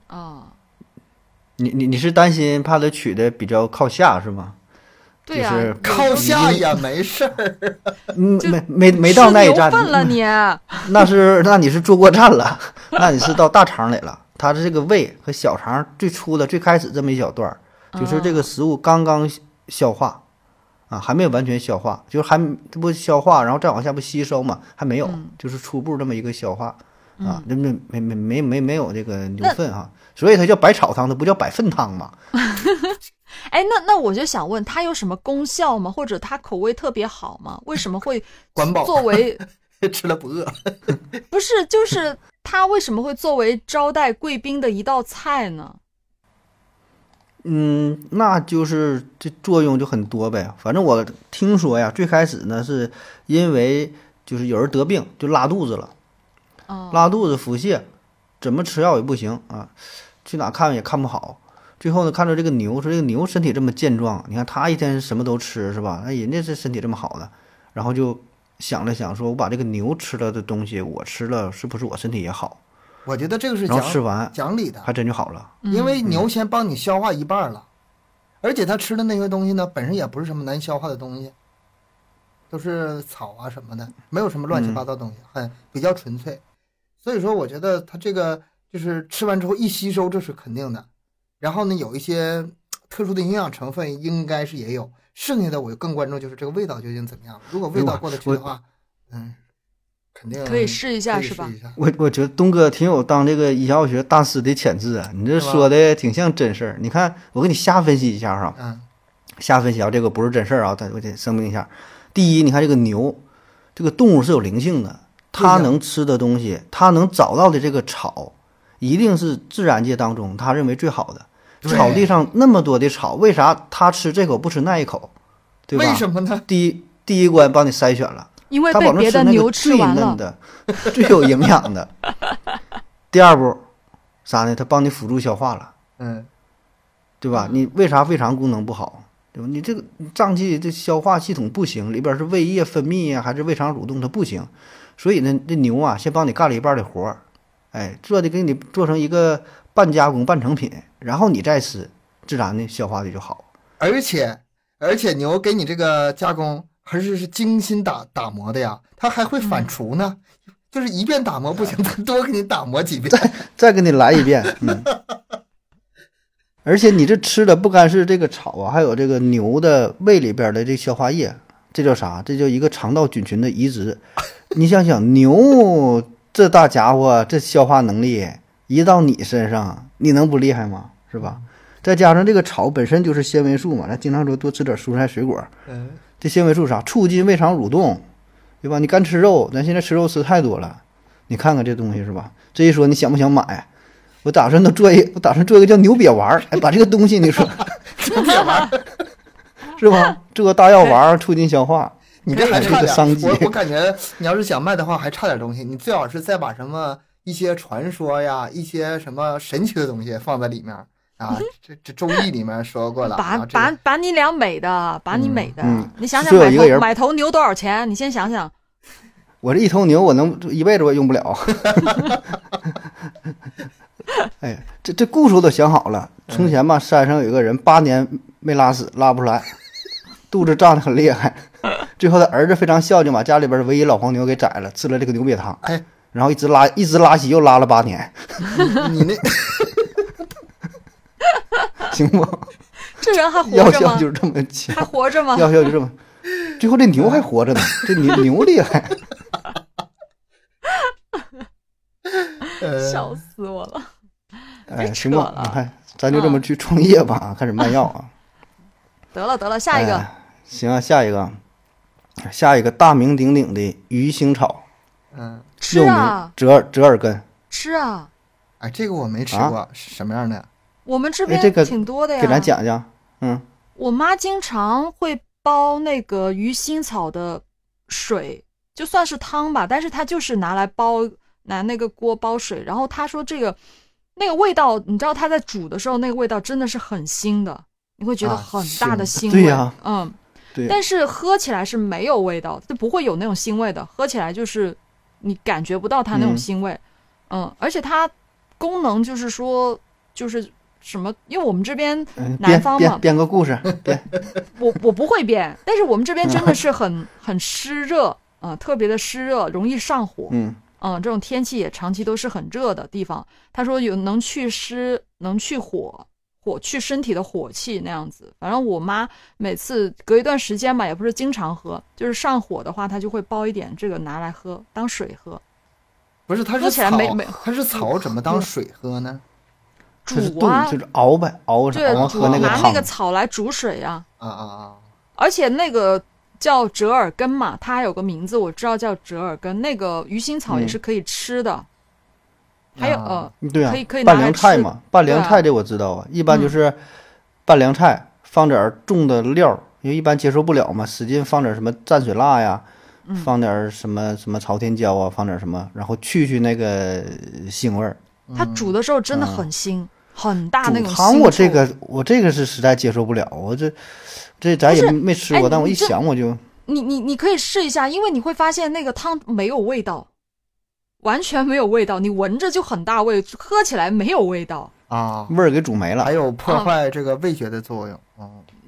你是担心怕它取的比较靠下是吗？ 对呀， 就是靠下也没事儿。 没到那一站。 吃牛粪了你？ 那你是坐过站了，那你是到大肠里了。它的这个胃和小肠最初的最开始这么一小段，就是这个食物刚刚消化还没有完全消化，就是还不消化，然后再往下不吸收嘛，还没有，就是初步这么一个消化那没有这个牛粪所以它叫百草汤，它不叫百粪汤嘛。 那我就想问，它有什么功效吗？或者它口味特别好吗？为什么会作为吃了不饿？ 不是，就是它为什么会作为招待贵宾的一道菜呢？ 那就是这作用就很多呗。反正我听说呀，最开始呢是因为就是有人得病就拉肚子了，拉肚子腹泻，怎么吃药也不行去哪看也看不好。最后呢，看到这个牛，说这个牛身体这么健壮，你看它一天什么都吃是吧？那人家是身体这么好的，然后就想了想，说我把这个牛吃了的东西我吃了，是不是我身体也好？ 我觉得这个是然后吃完讲理的， 还真就好了。 因为牛先帮你消化一半了， 而且他吃的那些东西呢，本身也不是什么难消化的东西，都是草啊什么的，没有什么乱七八糟的东西，比较纯粹。所以说我觉得他这个就是吃完之后一吸收，这是肯定的。然后呢，有一些特殊的营养成分应该是也有，剩下的我更关注就是这个味道究竟怎么样。如果味道过得去的话，肯定可以试一下，是吧？ 我觉得东哥挺有当这个医药学大师的潜质啊，你这说的挺像真事儿。你看，我给你瞎分析一下哈，瞎分析啊，这个不是真事儿啊，我得声明一下。第一，你看这个牛，这个动物是有灵性的，它能吃的东西，它能找到的这个草，一定是自然界当中它认为最好的。草地上那么多的草，为啥它吃这口不吃那一口，对吧？ 为什么呢？ 第一关帮你筛选了， 因为被别的牛吃完了， 的最有营养的。第二步啥呢？它帮你辅助消化了，对吧？你为啥胃肠功能不好？对吧？你这个脏器这消化系统不行，里边是胃液分泌呀，还是胃肠蠕动它不行，所以呢，这牛啊先帮你干了一半的活儿，给你做成一个半加工半成品，然后你再吃，自然的消化的就好。 而且牛给你这个加工还是精心打磨的呀，它还会反刍呢，就是一遍打磨不行，它多给你打磨几遍， 再给你来一遍。而且你这吃的不单是这个草啊，还有这个牛的胃里边的这消化液，这叫啥？这叫一个肠道菌群的移植。你想想，牛这大家伙这消化能力移到你身上，你能不厉害吗？是吧？再加上这个草本身就是纤维素嘛，咱经常说多吃点蔬菜水果。这纤维素啥？促进胃肠蠕动，对吧？你干吃肉，咱现在吃肉吃太多了，你看看这东西是吧？这一说你想不想买？我打算做一个叫牛瘪丸，把这个东西你说牛瘪丸是吧？这个大药丸促进消化， 你这还差点商机。 我感觉你要是想卖的话，还差点东西。你最好是再把什么一些传说呀，一些什么神奇的东西放在里面啊。这周易里面说过了， 把你俩美的，把你美的。你想想买头牛多少钱？你先想想。 我这一头牛，我能一辈子我也用不了。哎，这故事我都想好了。从前吧，山上有一个人8年没拉屎，拉不出来，肚子胀得很厉害。最后他儿子非常孝敬，把家里边唯一老黄牛给宰了，吃了这个牛瘪汤。然后一直拉稀，又拉了8年。 你那行不？ 这人还活着吗？ 药效就是这么强， 还活着吗？ 药效就这么。最后这牛还活着呢，这牛厉害。 笑死我了！ 行吧，你看，咱就这么去创业吧，开始卖药啊。 得了，下一个。 行啊，下一个大名鼎鼎的鱼腥草， 吃啊， 折耳根， 吃啊。 这个我没吃过，什么样的？ 我们这边挺多的呀。 给咱讲讲。 我妈经常会煲那个鱼腥草的水，就算是汤吧，但是她就是拿那个锅煲水，然后她说那个味道，你知道她在煮的时候那个味道真的是很腥的，你会觉得很大的腥味。 对呀， 对。但是喝起来是没有味道，就不会有那种腥味的，喝起来就是你感觉不到它那种腥味。而且它功能就是说就是什么，因为我们这边南方嘛， 编个故事， 我不会编，但是我们这边真的是很湿热特别的湿热，容易上火。这种天气也长期都是很热的地方。他说有能去湿，能去火去身体的火气那样子。反正我妈每次隔一段时间吧，也不是经常喝，就是上火的话，她就会煲一点这个拿来喝，当水喝。 不是，它是草，它是草，怎么当水喝呢？ 煮啊， 就是熬呗，熬喝那个汤， 拿那个草来煮水啊。而且那个叫折耳根嘛，它还有个名字我知道叫折耳根。那个鱼腥草也是可以吃的。还有对啊， 可以拌凉菜嘛，拌凉菜这我知道啊，一般就是拌凉菜放点重的料，因为一般接受不了嘛，使劲放点什么蘸水辣呀，放点什么朝天椒啊，放点什么，然后去那个腥味儿。 它煮的时候真的很腥，很大那种腥汤。我这个是实在接受不了，我这咱也没吃过，但我一想我就你可以试一下，因为你会发现那个汤没有味道，完全没有味道，你闻着就很大味，喝起来没有味道啊， 味儿给煮没了， 还有破坏这个味觉的作用。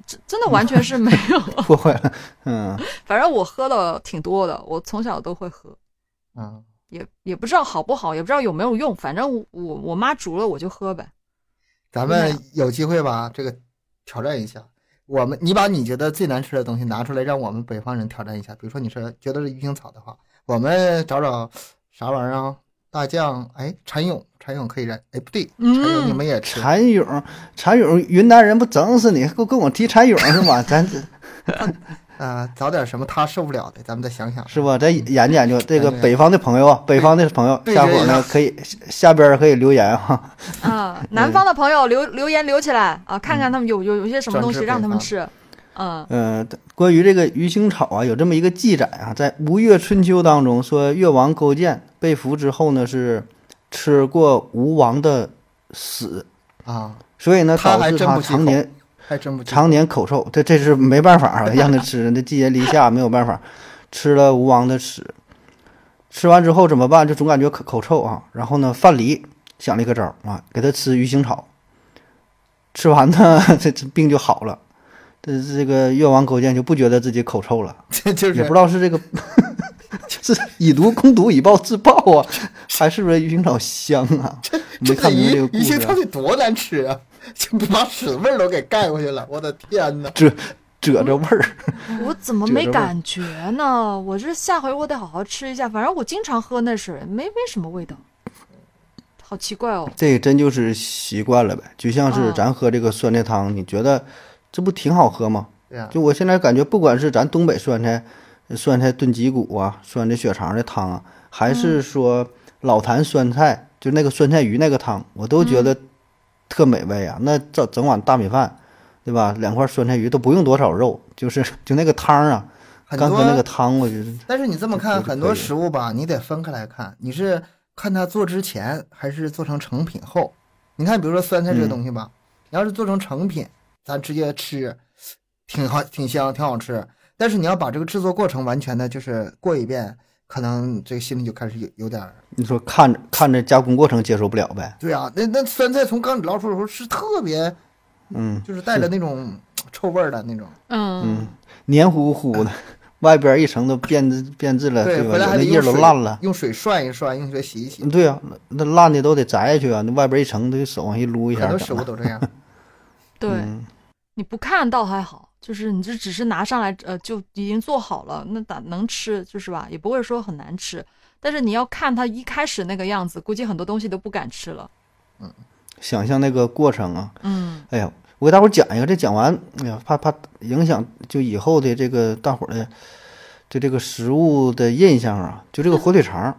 真的完全是没有破坏了。 反正我喝了挺多的，我从小都会喝。也不知道好不好，也不知道有没有用，反正我妈煮了我就喝呗。 咱们有机会吧，这个挑战一下。你把你觉得最难吃的东西拿出来，让我们北方人挑战一下。比如说你说觉得是鱼腥草的话，我们找啥玩意儿啊？大酱，蚕蛹可以燃，不对，蚕蛹你们也吃。 蚕蛹，云南人不整死你，跟我提蚕蛹是吧？咱找点什么他受不了的，咱们再想想， 是吧？再研究研究这个北方的朋友，下伙呢可以下边可以留言哈。 南方的朋友留言留起来啊，看看他们有些什么东西让他们吃。 关于这个鱼腥草啊，有这么一个记载啊，在《吴越春秋》当中说，越王勾践被俘之后呢，是吃过吴王的屎啊， 所以呢导致他常年口臭。这是没办法啊，让他吃，那寄人篱下，没有办法，吃了吴王的屎。吃完之后怎么办？就总感觉口臭啊。然后呢，范蠡想了一个招啊，给他吃鱼腥草，吃完呢，这病就好了。这个越王勾践就不觉得自己口臭了， 就是也不知道是这个就是以毒攻毒以暴制暴啊，还是不是鱼腥草香啊？没看明这个故事。 鱼腥草得多难吃啊，就把屎味儿都给盖过去了，我的天哪！ 褶着味儿， 我怎么没感觉呢？我这下回我得好好吃一下，反正我经常喝那水，没什么味道，好奇怪哦。 这真就是习惯了呗，就像是咱喝这个酸菜汤，你觉得这不挺好喝吗？ 对呀。 就我现在感觉，不管是咱东北酸菜炖脊骨啊，酸菜血肠的汤啊，还是说老坛酸菜，就那个酸菜鱼那个汤，我都觉得特美味啊。那整碗大米饭，对吧？2块酸菜鱼都不用多少肉，就那个汤啊，刚喝那个汤，我觉得。 但是你这么看，很多食物吧，你得分开来看，你是看它做之前还是做成成品后。你看，比如说酸菜这个东西吧，你要是做成成品，咱直接吃，挺好，挺香，挺好吃。但是你要把这个制作过程完全的就是过一遍，可能这个心里就开始有点。 你说看着加工过程接受不了呗？ 对啊，那酸菜从缸里捞出的时候是特别，就是带着那种臭味的那种， 黏糊糊的，外边一层都变质了，对吧？ 回来还得叶都烂了， 用水涮一涮，用水洗一洗。 对啊，那烂的都得摘下去啊，那外边一层都手往一撸一下。 很多食物都这样。 对，你不看倒还好。就是你这只是拿上来，就已经做好了，那咋能吃，就是吧，也不会说很难吃。但是你要看它一开始那个样子，估计很多东西都不敢吃了。 想象那个过程啊，哎呀，我给大伙讲一个，这讲完，哎呀，怕影响就以后的这个大伙的对这个食物的印象啊，就这个火腿肠，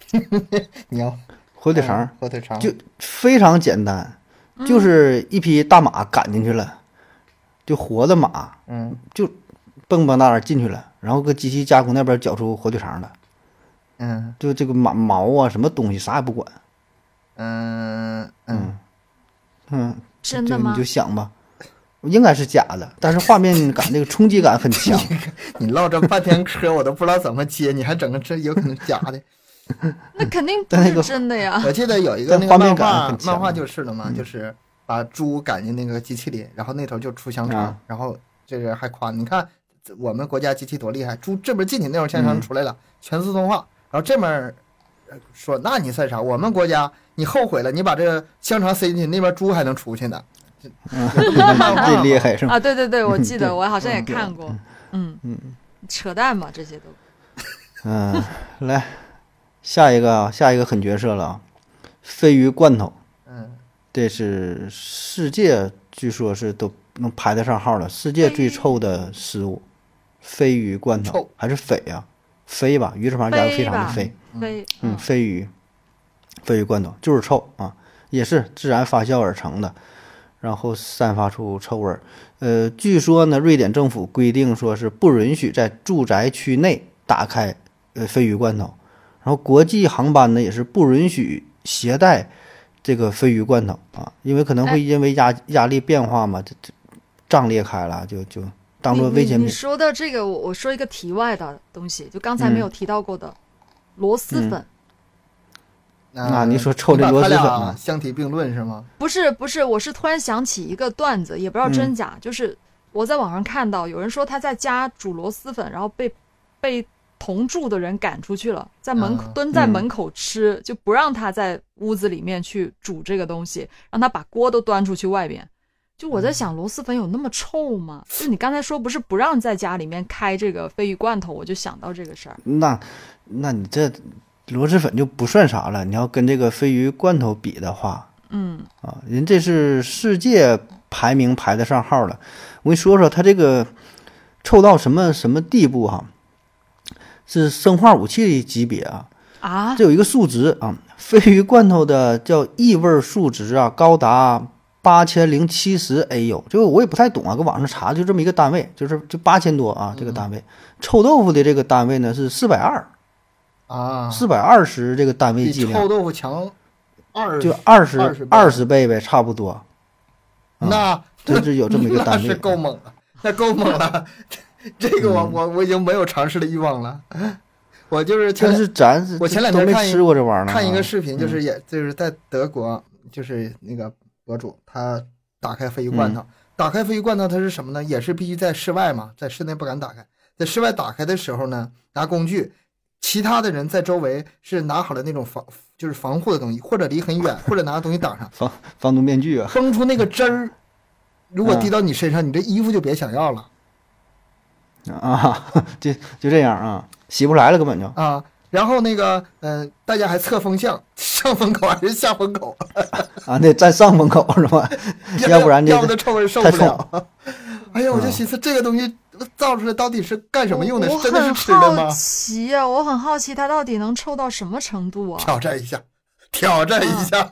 火腿肠就非常简单，就是一匹大马赶进去了。就活的马，就蹦蹦哒进去了，然后搁机器加工那边搅出火腿肠了，就这个毛啊，什么东西啥也不管， 真的吗？ 你就想吧，应该是假的，但是画面感这个冲击感很强。 你唠这半天嗑，我都不知道怎么接，你还整个这有可能假的， 那肯定不是真的呀。 我记得有一个那个漫画就是了嘛，就是把猪赶进那个机器里，然后那头就出香肠，然后这个还夸你看我们国家机器多厉害，猪这边进去那会儿香肠出来了，全自动化。然后这边说那你算啥？我们国家你后悔了，你把这个香肠塞进去，那边猪还能出去呢。 最厉害是吧？ 啊，对，我记得我好像也看过。扯淡嘛，这些都。 来下一个狠角色了，鲱鱼罐头。这是世界据说是都能排得上号了，世界最臭的食物，鲱鱼罐头还是鲱啊？鲱吧，鱼字旁加个非常的鲱。鲱鱼罐头就是臭啊，也是自然发酵而成的，然后散发出臭味儿。据说呢，瑞典政府规定说是不允许在住宅区内打开鲱鱼罐头，然后国际航班呢也是不允许携带这个鲱鱼罐头啊，因为可能会因为压力变化嘛，这胀裂开了，就当做危险品。 你说的这个，我说一个题外的东西，就刚才没有提到过的螺蛳粉。 你说臭的螺蛳粉吗？ 相提并论是吗？ 不是，我是突然想起一个段子，也不知道真假，就是我在网上看到有人说他在家煮螺蛳粉，然后被同住的人赶出去了，在门口蹲在门口吃，就不让他在屋子里面去煮这个东西，让他把锅都端出去外边。就我在想，螺蛳粉有那么臭吗？就你刚才说不是不让在家里面开这个鲱鱼罐头，我就想到这个事儿。 那你这螺蛳粉就不算啥了，你要跟这个鲱鱼罐头比的话，人这是世界排名排得上号了。我跟你说说它这个臭到什么地步哈，是生化武器级别啊！这有一个数值啊，鲱鱼罐头的叫异味数值啊，高达8070 AU， 就我也不太懂啊，搁网上查就这么一个单位，就8000多啊，这个单位。臭豆腐的这个单位呢是420啊，420这个单位剂量， 比臭豆腐强就20倍呗，差不多。 那真是有这么一个单位， 那是够猛了，那够猛了。这个我已经没有尝试的欲望了。我就是我前两天没吃过这玩意儿， 看一个视频，就是在德国，就是那个博主他打开鲱鱼罐头，打开鲱鱼罐头它是什么呢？也是必须在室外嘛，在室内不敢打开。在室外打开的时候呢，拿工具，其他的人在周围是拿好了那种防护的东西，或者离很远，或者拿东西挡上， 防毒面具啊， 崩出那个汁儿，如果滴到你身上，你这衣服就别想要了啊！就这样啊，洗不出来了根本就啊。然后那个大家还测风向，上风口还是下风口啊？那站上风口是吧？要不然要不这臭味受不了。哎呀，我就寻思这个东西造出来到底是干什么用的？真的是吃的吗？ 我很好奇它到底能臭到什么程度啊！ 挑战一下。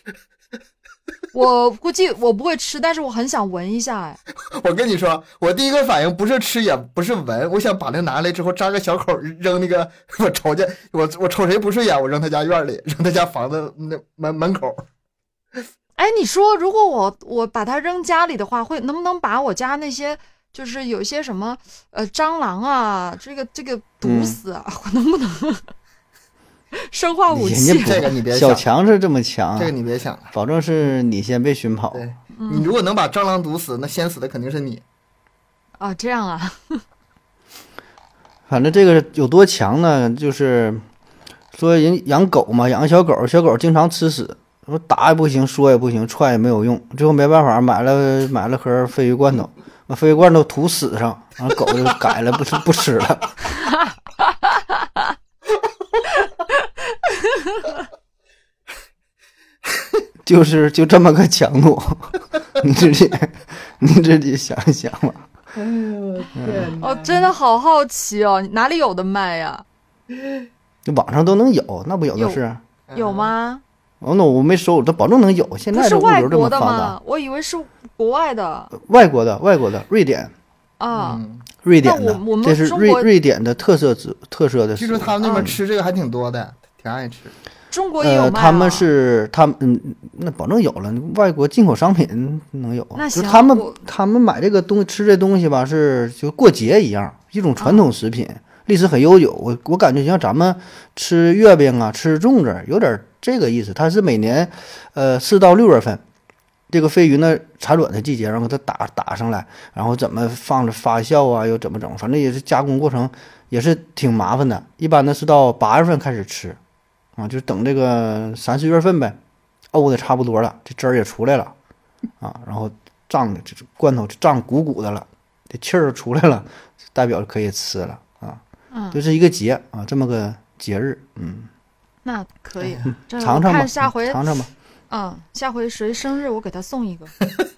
我估计我不会吃，但是我很想闻一下。哎， 我跟你说，我第一个反应不是吃也不是闻，我想把那个拿来之后扎个小口扔那个我瞅见我瞅谁不顺眼，我扔他家院里，扔他家房子那门口。 哎，你说如果我把它扔家里的话，能不能把我家那些就是有一些什么蟑螂啊，这个毒死啊？我能不能？生化武器， 这个你别想。小强是这么强， 这个你别想了， 保证是你先被熏跑。 对，你如果能把蟑螂毒死，那先死的肯定是你。 啊，这样啊。 反正这个有多强呢？就是说人养狗嘛，养个小狗，小狗经常吃屎，说打也不行，说也不行，踹也没有用，最后没办法买了盒鲱鱼罐头，把鲱鱼罐头涂屎上，然后狗就改了，不吃了。就这么个强度，你自己想一想吧。 哎呦天哪！ 真的好好奇哦，哪里有的卖呀？ 就网上都能有，那不有的是。 有吗？ 那我没搜，这保证能有。现在这物流这么发达， 我以为是国外的。 外国的，瑞典啊， 瑞典的， 我们这是瑞典的特色的。 据说他们那边吃这个还挺多的，挺爱吃。 中国也有卖他们那保证有了，外国进口商品能有。 那行， 就他们买这个东西吃这东西吧，是就过节一样，一种传统食品，历史很悠久。我感觉像咱们吃月饼啊，吃粽子，有点这个意思。它是每年4到6月份，这个鲱鱼呢产卵的季节，然后给它打上来，然后怎么放着发酵啊，又怎么整，反正也是加工过程也是挺麻烦的。一般呢是到8月份开始吃。啊，就等这个3、4月份呗，沤的差不多了，这汁儿也出来了，啊，然后胀的这罐头胀鼓鼓的了，这气儿出来了，代表可以吃了啊。就是一个节啊，这么个节日， 那可以， 尝尝吧， 下回尝尝吧。 下回谁生日我给他送一个。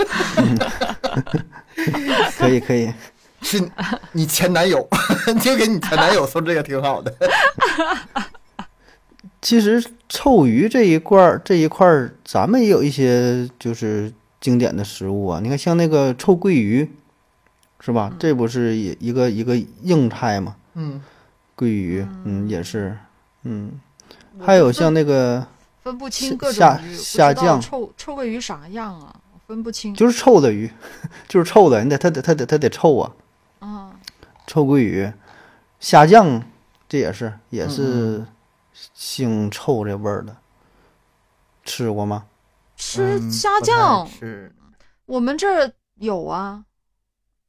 可以， 是你前男友，就给你前男友送这个挺好的。 其实臭鱼这一块儿，咱们也有一些就是经典的食物啊。你看，像那个臭鳜鱼，是吧？这不是也一个硬菜吗？鳜鱼，也是，还有像那个分不清各种鱼， 虾酱， 臭鳜鱼啥样啊？分不清。 就是臭的鱼，就是臭的，它得臭啊。臭鳜鱼，虾酱，这也是腥臭这味儿的，吃过吗？ 吃虾酱， 是， 我们这儿有啊。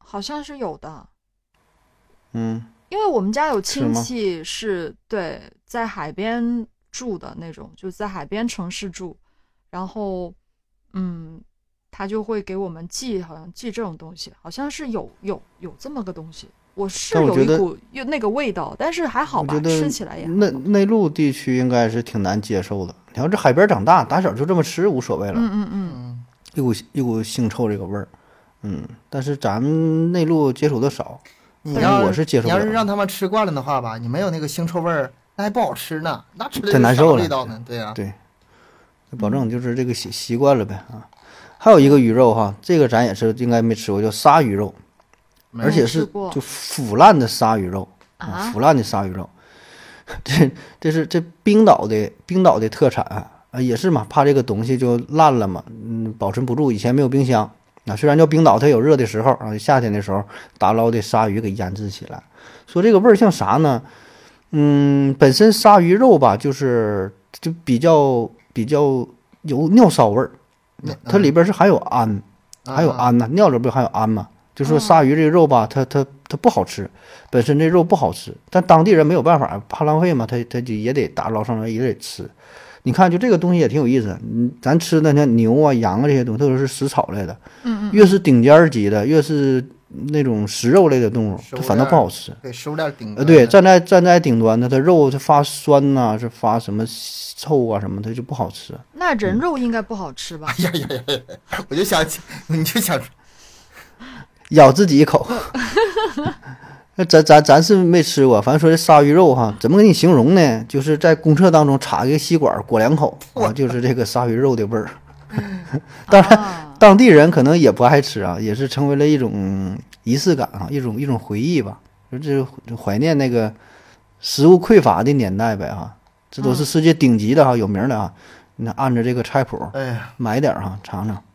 好像是有的。 因为我们家有亲戚是对在海边住的那种，就在海边城市住，然后他就会给我们寄，好像寄这种东西，好像是有这么个东西。我是有一股那个味道，但是还好吧，吃起来也内陆地区应该是挺难接受的。你要这海边长大，打小就这么吃无所谓了。一股腥臭这个味儿。但是咱们内陆接触的少。我是接受不了。 你要是让他们吃惯了的话吧，你没有那个腥臭味儿，那还不好吃呢，那吃的太难受了。 味道呢？对呀， 对，保证就是这个习惯了呗啊。还有一个鱼肉哈，这个咱也是应该没吃过，叫鲨鱼肉，而且是就腐烂的鲨鱼肉啊，腐烂的鲨鱼肉。这冰岛的特产啊，也是嘛，怕这个东西就烂了嘛，保存不住，以前没有冰箱。虽然叫冰岛，它有热的时候啊，夏天的时候打捞的鲨鱼给腌制起来。说这个味儿像啥呢？本身鲨鱼肉吧，就比较有尿骚味儿，它里边是含有氨，呐，尿里边含有氨嘛。就说鲨鱼这个肉吧，它不好吃，本身这肉不好吃，但当地人没有办法，怕浪费嘛，他就也得打捞上来也得吃。你看，就这个东西也挺有意思。咱吃的像牛啊、羊啊这些东西，都是食草类的。越是顶尖级的，越是那种食肉类的动物，它反倒不好吃。 对，食物链顶端。 对，站在顶端的，它肉它发酸呐，是发什么臭啊什么，它就不好吃。 那人肉应该不好吃吧？ 呀！我就想，你就想咬自己一口。那咱是没吃过，反正说这鲨鱼肉哈，怎么给你形容呢？就是在公厕当中插一个吸管裹2口啊，就是这个鲨鱼肉的味儿。当然，当地人可能也不爱吃啊，也是成为了一种仪式感啊，一种回忆吧，就是怀念那个食物匮乏的年代呗啊。这都是世界顶级的哈，有名的啊。那按着这个菜谱，买点哈，尝尝。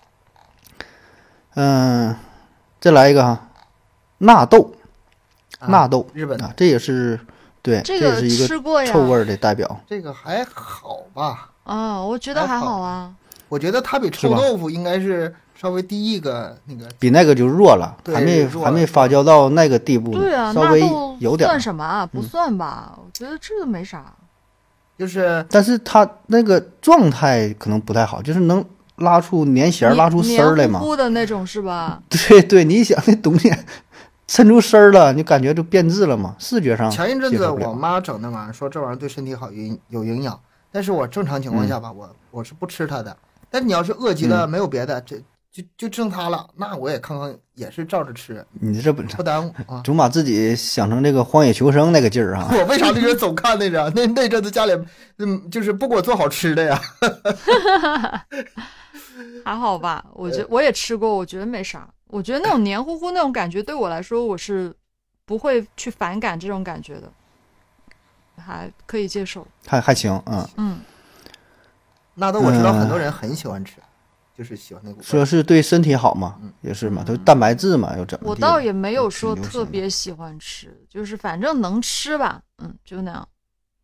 再来一个哈，纳豆。 日本啊，这也是对， 这个也是一个臭味的代表。 这个还好吧？ 我觉得还好啊。 我觉得它比臭豆腐应该是稍微低一个那个， 比那个就弱了，还没发酵到那个地步。 对啊， 稍微有点算什么啊？不算吧？我觉得这个没啥。 但是它那个状态可能不太好，就是能拉出黏咸、拉出丝儿来嘛， 黏糊糊的那种是吧？ 对，你想那东西。抻出丝儿了，你感觉就变质了嘛？视觉上。 前一阵子我妈整那玩意儿，说这玩意儿对身体好，有营养。但是我正常情况下吧，我是不吃它的。但你要是饿极了，没有别的，这就剩它了，那我也看看，也是照着吃。 你这不耽误啊， 总把自己想成这个荒野求生那个劲儿啊！ 我为啥那阵总看那个？那阵子家里就是不给我做好吃的呀。 还好吧，我也吃过，我觉得没啥。我觉得那种黏糊糊那种感觉对我来说，我是不会去反感这种感觉的，还可以接受， 还行， 纳豆我知道很多人很喜欢吃，就是喜欢那股。 说是对身体好嘛，也是嘛，都蛋白质嘛，又怎么？ 我倒也没有说特别喜欢吃，就是反正能吃吧，就那样。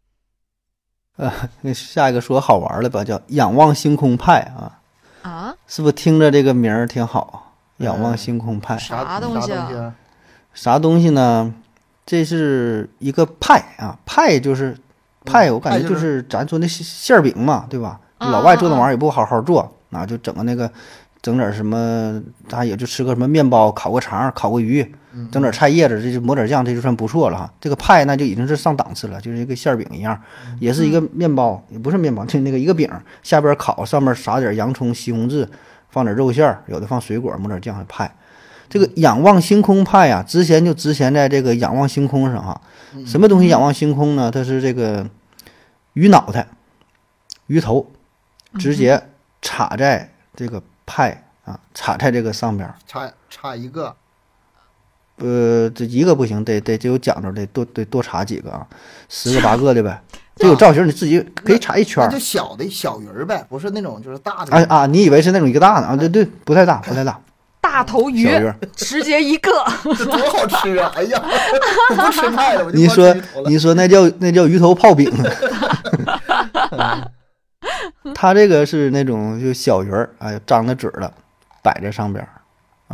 那下一个说好玩的吧，叫仰望星空派啊， 是不是听着这个名儿挺好？仰望星空派啥东西啊？ 啥东西呢？这是一个派啊，派就是派，我感觉就是咱说那馅饼嘛，对吧？老外做那玩意儿也不好好做，就整个那个整点什么，他也就吃个什么面包，烤个肠，烤个鱼，整点菜叶子，这就抹点酱，这就算不错了哈。这个派那就已经是上档次了，就是一个馅饼一样，也是一个面包，也不是面包，就那个一个饼，下边烤，上面撒点洋葱、西红柿。放点肉馅儿，有的放水果，抹点酱，派。这个仰望星空派啊，值钱就值钱在这个仰望星空上哈。什么东西仰望星空呢？它是这个鱼脑袋、鱼头，直接插在这个派啊，插在这个上边。 插一个。 这一个不行，得有讲究，得多插几个啊，10个8个的呗。这有造型，你自己可以插一圈。 就小的小鱼儿呗，不是那种就是大的。 你以为是那种一个大的啊？对，不太大。 大头鱼，直接一个， 这多好吃啊！哎呀，我不吃派了，我就你说那叫鱼头泡饼。它这个是那种就小鱼儿，张着嘴了，摆在上边啊。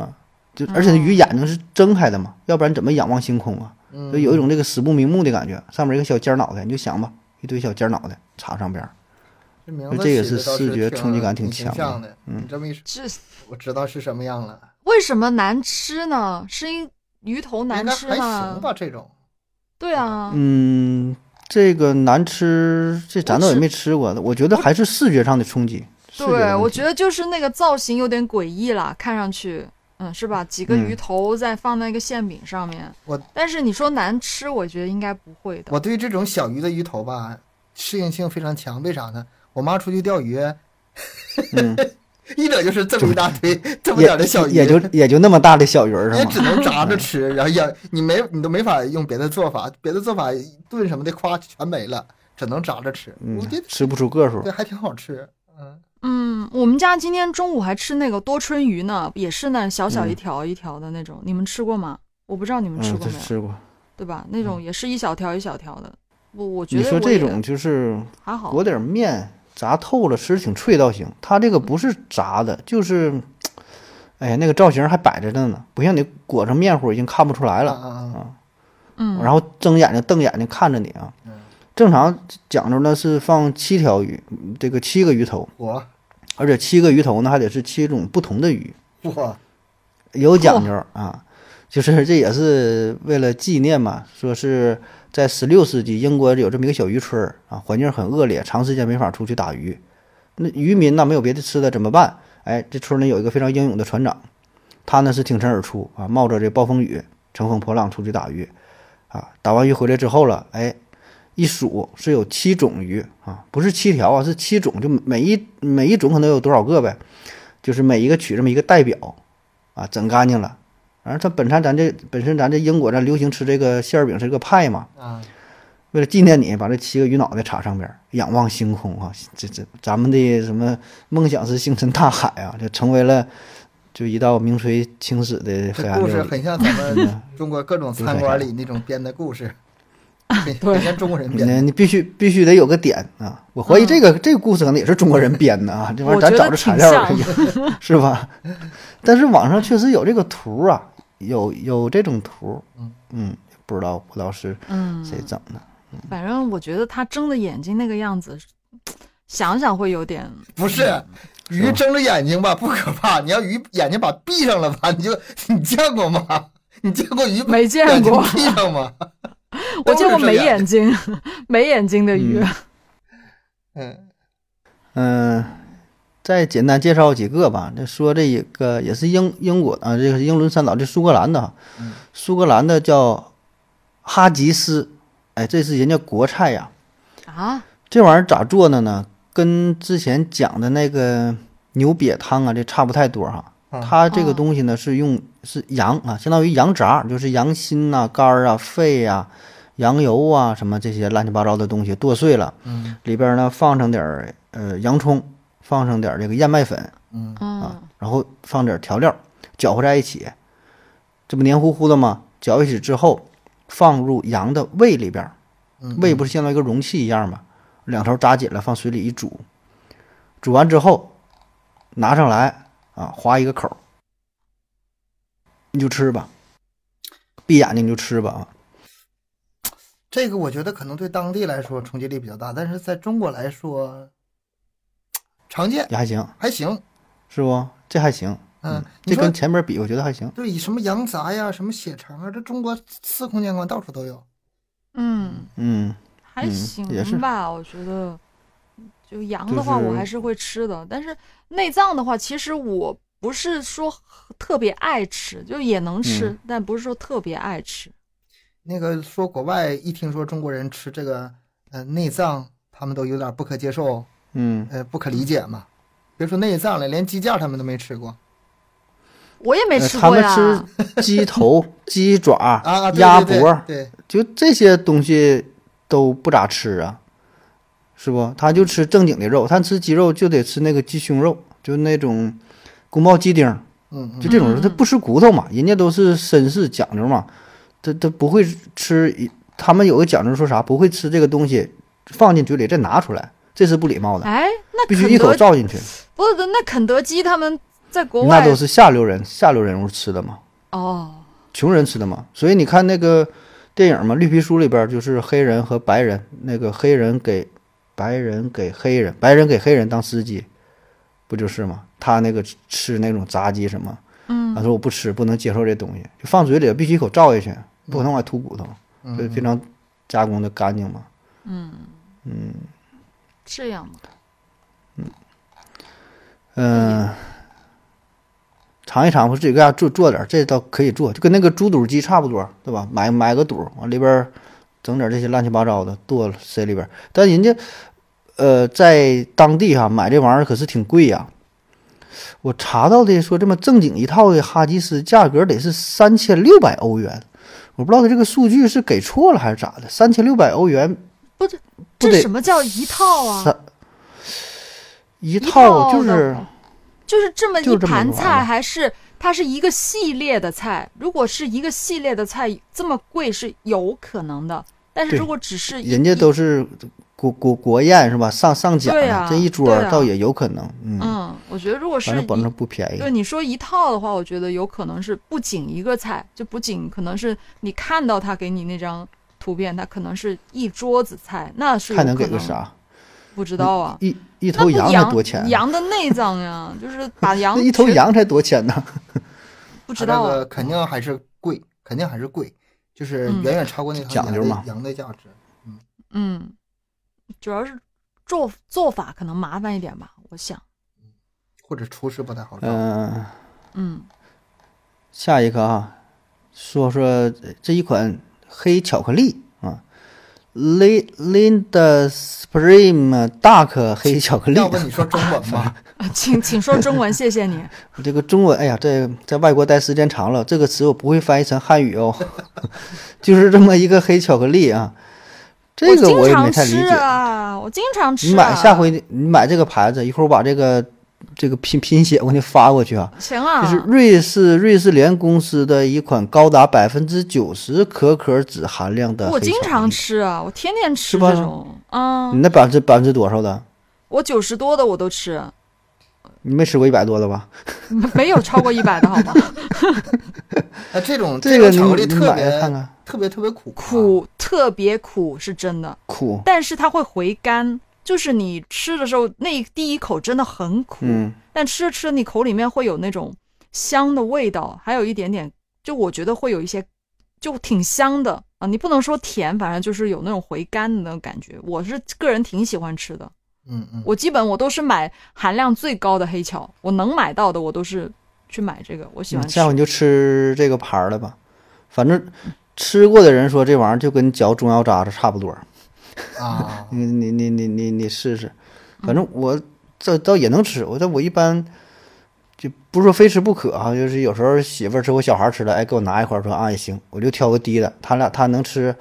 就而且鱼眼睛是睁开的嘛，要不然怎么仰望星空啊？就有一种这个死不瞑目的感觉。上面一个小尖脑袋，你就想吧，一堆小尖脑袋插上边，这也是视觉冲击感挺强的。你这么一说，我知道是什么样了。 为什么难吃呢？是因鱼头难吃吗？ 还行吧，这种。 对啊。 这个难吃，这咱倒也没吃过。我觉得还是视觉上的冲击。 对，我觉得就是那个造型有点诡异了，看上去。是吧？几个鱼头再放在一个馅饼上面。但是你说难吃，我觉得应该不会的。 我对这种小鱼的鱼头吧，适应性非常强。为啥呢？我妈出去钓鱼，一整就是这么一大堆这么点的小鱼， 也就那么大的小鱼儿， 也只能炸着吃。然后你都没法用别的做法，炖什么的夸全没了，只能炸着吃。我觉得吃不出个数。 对，还挺好吃。 我们家今天中午还吃那个多春鱼呢，也是那小小一条一条的那种，你们吃过吗？我不知道你们吃过没有？ 吃过， 对吧？那种也是一小条一小条的。我觉得你说这种就是还好， 裹点面炸透了，吃挺脆倒行。它这个不是炸的，就是那个造型还摆着呢，不像你裹上面糊已经看不出来了然后睁眼睛瞪眼睛看着你啊。正常讲究呢是放7条鱼，这个7个鱼头，而且7个鱼头呢还得是7种不同的鱼，有讲究啊。就是这也是为了纪念嘛，说是在16世纪英国有这么一个小渔村啊，环境很恶劣，长时间没法出去打鱼，那渔民呢没有别的吃的怎么办？这村呢有一个非常英勇的船长，他呢是挺身而出啊，冒着这暴风雨乘风破浪出去打鱼啊，打完鱼回来之后了，一数是有7种鱼啊，不是7条啊，是7种，就每一种可能有多少个呗，就是每一个取这么一个代表啊，整干净了。而它本身咱这英国咱流行吃这个馅饼是个派嘛，为了纪念你，把这7个鱼脑袋插上边，仰望星空啊，这咱们的什么梦想是星辰大海啊，就成为了就一道名垂青史的黑暗料理。 故事很像咱们中国各种餐馆里那种编的故事。很像中国人编的。 你必须得有个点啊！我怀疑这个故事可能也是中国人编的啊，这玩意儿咱找着材料可以，是吧？但是网上确实有这个图啊，有这种图，不知道是谁整的。 反正我觉得他睁着眼睛那个样子，想想会有点不是。鱼睁着眼睛吧不可怕，你要鱼眼睛把闭上了吧，你见过吗？你见过鱼没见过闭上吗？ 我见过没眼睛没眼睛的鱼。 再简单介绍几个吧。这说这一个也是英国的，这个是英伦三岛，这苏格兰的，苏格兰的叫哈吉斯，这是人家国菜呀。这玩意儿咋做的呢？跟之前讲的那个牛瘪汤啊，这差不太多哈。它这个东西呢是羊啊，相当于羊杂，就是羊心啊、肝啊、肺啊、羊油啊什么这些乱七八糟的东西剁碎了，里边呢放上点洋葱，放上点这个燕麦粉，然后放点调料，搅和在一起，这不黏糊糊的吗？搅一起之后，放入羊的胃里边，胃不是相当于一个容器一样吗？两头扎紧了，放水里一煮，煮完之后拿上来啊，划一个口，你就吃吧，闭眼睛就吃吧。 这个我觉得可能对当地来说冲击力比较大，但是在中国来说常见， 也还行，是不？这还行，这跟前面比，我觉得还行。 对，什么羊杂呀，什么血肠啊，这中国司空见惯，到处都有。 还行吧，我觉得。就羊的话，我还是会吃的，但是内脏的话，其实我不是说特别爱吃，就也能吃，但不是说特别爱吃。 那个说国外一听说中国人吃这个内脏，他们都有点不可接受，不可理解嘛。别说内脏了，连鸡架他们都没吃过。 我也没吃过呀。 他们吃鸡头、鸡爪、 鸭脖，就这些东西都不咋吃啊。是不？他就吃正经的肉，他吃鸡肉就得吃那个鸡胸肉，就那种宫保鸡丁，就这种，他不吃骨头嘛，人家都是绅士讲究嘛，他不会吃，他们有个讲究说啥，不会吃这个东西放进嘴里再拿出来，这是不礼貌的， 那必须一口照进去。 不是，那肯德基他们在国外那都是下流人物吃的嘛。 哦， 穷人吃的嘛。所以你看那个电影嘛，《绿皮书》里边就是黑人和白人，那个黑人给白人给黑人，白人给黑人当司机，不就是吗？他那个吃那种炸鸡什么，他说我不吃，不能接受这东西，就放嘴里必须一口照下去，不能往外吐骨头，所以非常加工的干净嘛。 这样吗？ 尝一尝，我自己搁家做点，这倒可以做，就跟那个猪肚鸡差不多，对吧？买个肚，往里边整点这些乱七八糟的剁塞里边。但人家在当地哈买这玩意儿可是挺贵呀。我查到的说这么正经一套的哈吉斯价格得是3600欧元，我不知道他这个数据是给错了还是咋的。3600欧元不对，这什么叫一套啊？ 一套就是这么一盘菜，还是它是一个系列的菜？如果是一个系列的菜，这么贵是有可能的。但是如果只是人家都是国宴是吧？上奖的，这一桌倒也有可能。 我觉得如果是反正保证不便宜。 对你说一套的话，我觉得有可能是不仅一个菜，就不仅可能是你看到他给你那张图片，他可能是一桌子菜，那是有可能。 还能给个啥？ 不知道啊， 一头羊才多钱？ 羊的内脏呀，就是把羊一头羊才多钱呢？ 不知道啊， 肯定还是贵，就是远远超过那讲究嘛， 羊的价值。 主要是做法可能麻烦一点吧，我想， 或者厨师不太好找。 下一个啊，说这一款黑巧克力啊。Linda Supreme Dark 黑巧克力， 要不你说中文吗？ 请说中文，谢谢你。 这个中文，哎呀，在外国待时间长了，这个词我不会翻译成汉语哦。就是这么一个黑巧克力啊，这个我也没太理解啊。我经常吃。 下回你买这个牌子，一会儿我把这个拼写我给你发过去啊。 行啊。 就是瑞士莲公司的一款高达90%可可脂含量的黑巧克力。 我经常吃啊，我天天吃这种。 你那百分之多少的？ 我90多的我都吃。 你没吃过100多的吧？ 没有超过100的好吗？ 这种巧克力特别苦， 特别苦是真的苦， 但是它会回甘。就是你吃的时候，那第一口真的很苦，但吃着吃着，你口里面会有那种香的味道，还有一点点，就我觉得会有一些，就挺香的啊。你不能说甜，反正就是有那种回甘的那种感觉。我是个人挺喜欢吃的，我基本我都是买含量最高的黑巧，我能买到的我都是去买这个，我喜欢吃。 下回你就吃这个牌的吧，反正吃过的人说这玩意儿就跟嚼中药渣子差不多。 啊， 你试试，反正我这倒也能吃，我一般就不是说非吃不可啊，就是有时候媳妇儿吃，我小孩吃了，给我拿一块说啊也行，我就挑个低的，他能吃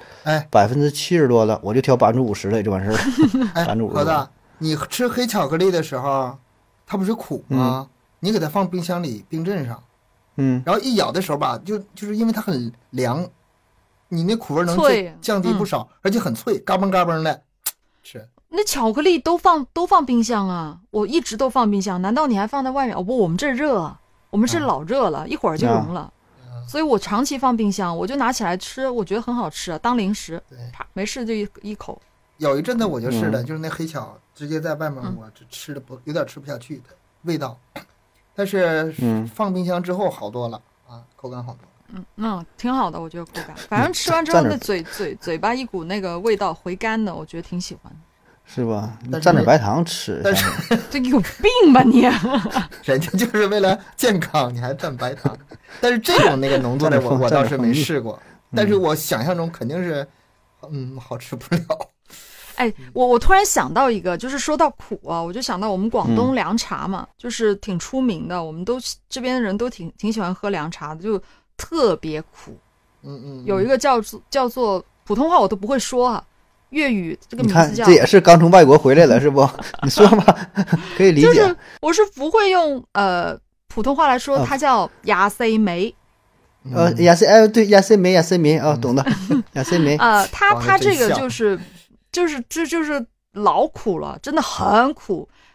70%多的，我就挑50%的也就完事儿了。 50%的，你吃黑巧克力的时候，它不是苦吗？你给它放冰箱里冰镇上，然后一咬的时候吧，就是因为它很凉。你那苦味能降低不少，而且很脆，嘎嘣嘎嘣的。是那巧克力都放冰箱啊，我一直都放冰箱。难道你还放在外面？哦不，我们这热，我们这老热了，一会儿就融了，所以我长期放冰箱，我就拿起来吃，我觉得很好吃，当零食，没事就一口。 有一阵子我就是的，就是那黑巧直接在外面我吃的有点吃不下去的味道，但是放冰箱之后好多了啊，口感好多。 挺好的，我觉得口感，反正吃完之后那嘴巴一股那个味道回甘的，我觉得挺喜欢的， 是吧？蘸点白糖吃， 但是这有病吧你？ 人家就是为了健康，你还蘸白糖？但是这种那个浓度的我倒是没试过，但是我想象中肯定是，好吃不了。 哎，我突然想到一个，就是说到苦啊，我就想到我们广东凉茶嘛，就是挺出名的，我们都这边的人都挺喜欢喝凉茶的，就特别苦。有一个叫做普通话我都不会说啊，粤语这个名字叫， 这也是刚从外国回来了是不？你说吧，可以理解。 就是我是不会用普通话来说，它叫亚塞梅。 亚塞梅啊，懂的。亚塞梅。 它这个就是老苦了，真的很苦。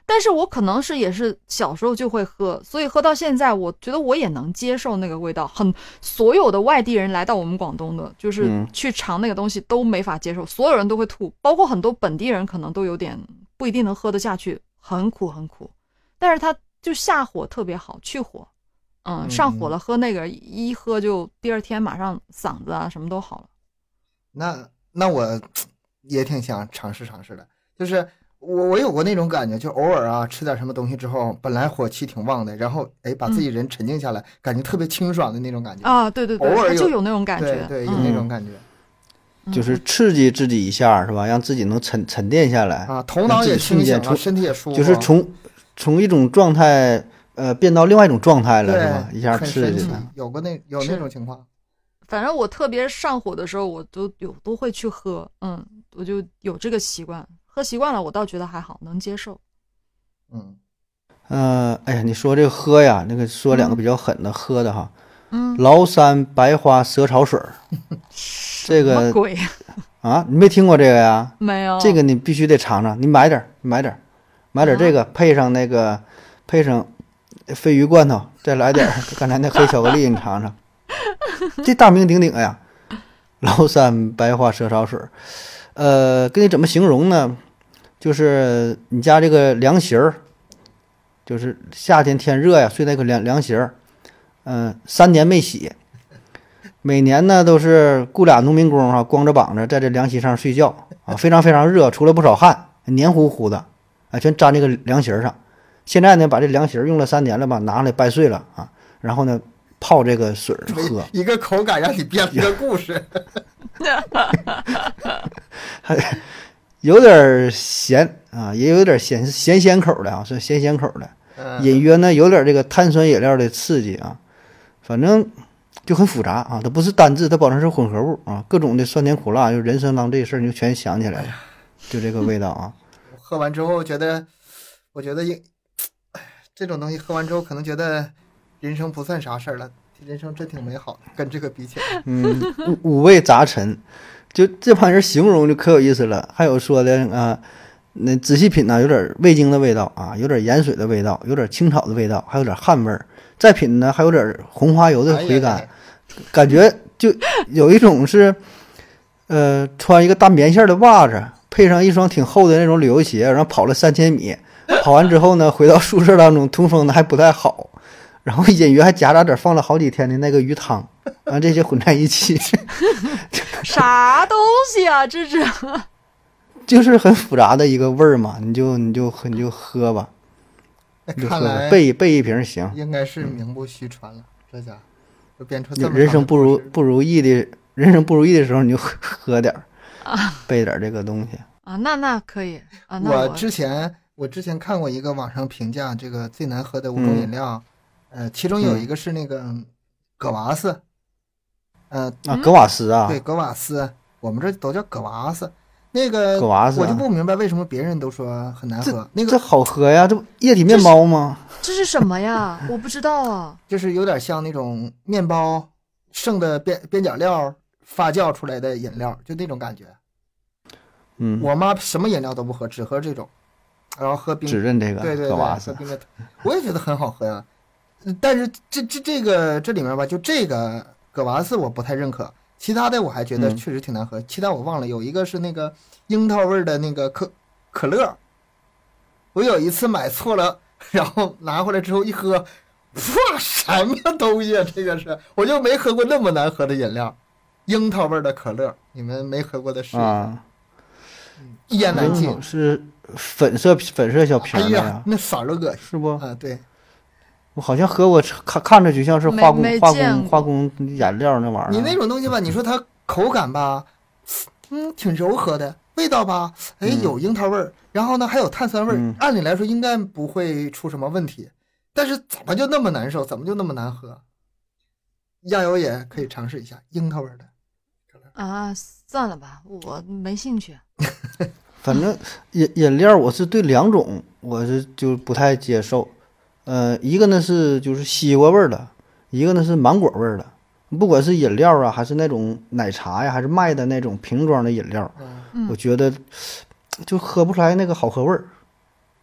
但是我可能是也是小时候就会喝，所以喝到现在，我觉得我也能接受那个味道。所有的外地人来到我们广东的，就是去尝那个东西都没法接受，所有人都会吐，包括很多本地人可能都有点不一定能喝得下去，很苦很苦。但是它就下火特别好，去火。上火了喝那个一喝就第二天马上嗓子啊什么都好了。 那我也挺想尝试尝试的，就是我有过那种感觉，就偶尔啊吃点什么东西之后，本来火气挺旺的，然后把自己人沉静下来，感觉特别清爽的那种感觉啊，对对对， 偶尔就有那种感觉， 对，有那种感觉， 就是刺激自己一下是吧？让自己能沉淀下来啊，头脑也清醒了，身体也舒服， 就是从一种状态变到另外一种状态了是吧？一下刺激的，有那种情况。 反正我特别上火的时候，我都会去喝，我就有这个习惯，喝习惯了，我倒觉得还好，能接受。 哎呀，你说这个喝呀，那个说两个比较狠的喝的哈，崂山白花蛇草水，这个什么鬼啊？你没听过这个呀？ 没有。 这个你必须得尝尝，你买点这个，配上鲱鱼罐头，再来点刚才那黑巧克力，你尝尝。这大名鼎鼎呀，崂山白花蛇草水。跟你怎么形容呢？就是你家这个凉席儿，就是夏天天热呀，睡那个凉席儿，3年没洗，每年呢都是雇俩农民工啊，光着膀子在这凉席上睡觉啊，非常非常热，出了不少汗，黏糊糊的啊，全粘这个凉席上。现在呢，把这凉席用了3年了吧，拿来掰碎了啊，然后呢泡这个水喝， 一个口感让你编了一个故事， 有点咸啊，也有点咸口的啊，是咸口的，隐约呢有点这个碳酸饮料的刺激啊，反正就很复杂啊，它不是单质，它保证是混合物啊，各种的酸甜苦辣，就人生当这事儿你就全想起来了，就这个味道啊。 喝完之后我觉得这种东西喝完之后，可能觉得人生不算啥事儿了，人生真挺美好的，跟这个比起来， 五味杂陈，就这帮人形容就可有意思了。还有说的啊，那仔细品呢，有点味精的味道啊，有点盐水的味道，有点青草的味道，还有点汗味儿。再品呢，还有点红花油的回甘，感觉就有一种是，穿一个大棉线的袜子，配上一双挺厚的那种旅游鞋，然后跑了3000米。跑完之后呢，回到宿舍当中，通风的还不太好，然后隐约还夹杂点放了好几天的那个鱼汤，然后这些混在一起， 啥东西啊？这是， 就是很复杂的一个味儿嘛，你就喝吧， 看来备一瓶行， 应该是名不虚传了，这家就变出这么人生不如意的时候，你就喝点备点这个东西啊，那可以啊。 我之前看过一个网上评价这个最难喝的5种饮料，其中有一个是那个葛瓦斯， 葛瓦斯啊， 对，葛瓦斯，我们这都叫葛瓦斯。那个葛瓦斯， 我就不明白为什么别人都说很难喝。那个这好喝呀，这不液体面包吗？ 这是什么呀？我不知道啊。 就是有点像那种面包剩的边角料发酵出来的饮料，就那种感觉。我妈什么饮料都不喝，只喝这种。然后喝冰， 只认这个对， 葛瓦斯， 喝冰的，我也觉得很好喝呀。但是这里面吧，就这个葛瓦斯我不太认可，其他的我还觉得确实挺难喝。其他我忘了，有一个是那个樱桃味的那个可乐，我有一次买错了，然后拿回来之后一喝，哇，什么东西啊！这个是，我就没喝过那么难喝的饮料，樱桃味的可乐，你们没喝过的是啊， 一言难尽。 是粉色小瓶的呀，那色儿都恶心， 是不？ 啊，对， 我好像喝过，看着就像是化工颜料那玩意儿。 你那种东西吧，你说它口感吧，挺柔和的，味道吧，有樱桃味儿，然后呢还有碳酸味儿，按理来说应该不会出什么问题，但是怎么就那么难受，怎么就那么难喝？亚友也可以尝试一下樱桃味的。 啊，算了吧，我没兴趣。 反正饮料我是对2种我是就不太接受，一个呢是就是西瓜味儿的，一个呢是芒果味儿的。不管是饮料啊，还是那种奶茶呀，还是卖的那种瓶装的饮料，我觉得就喝不出来那个好喝味儿。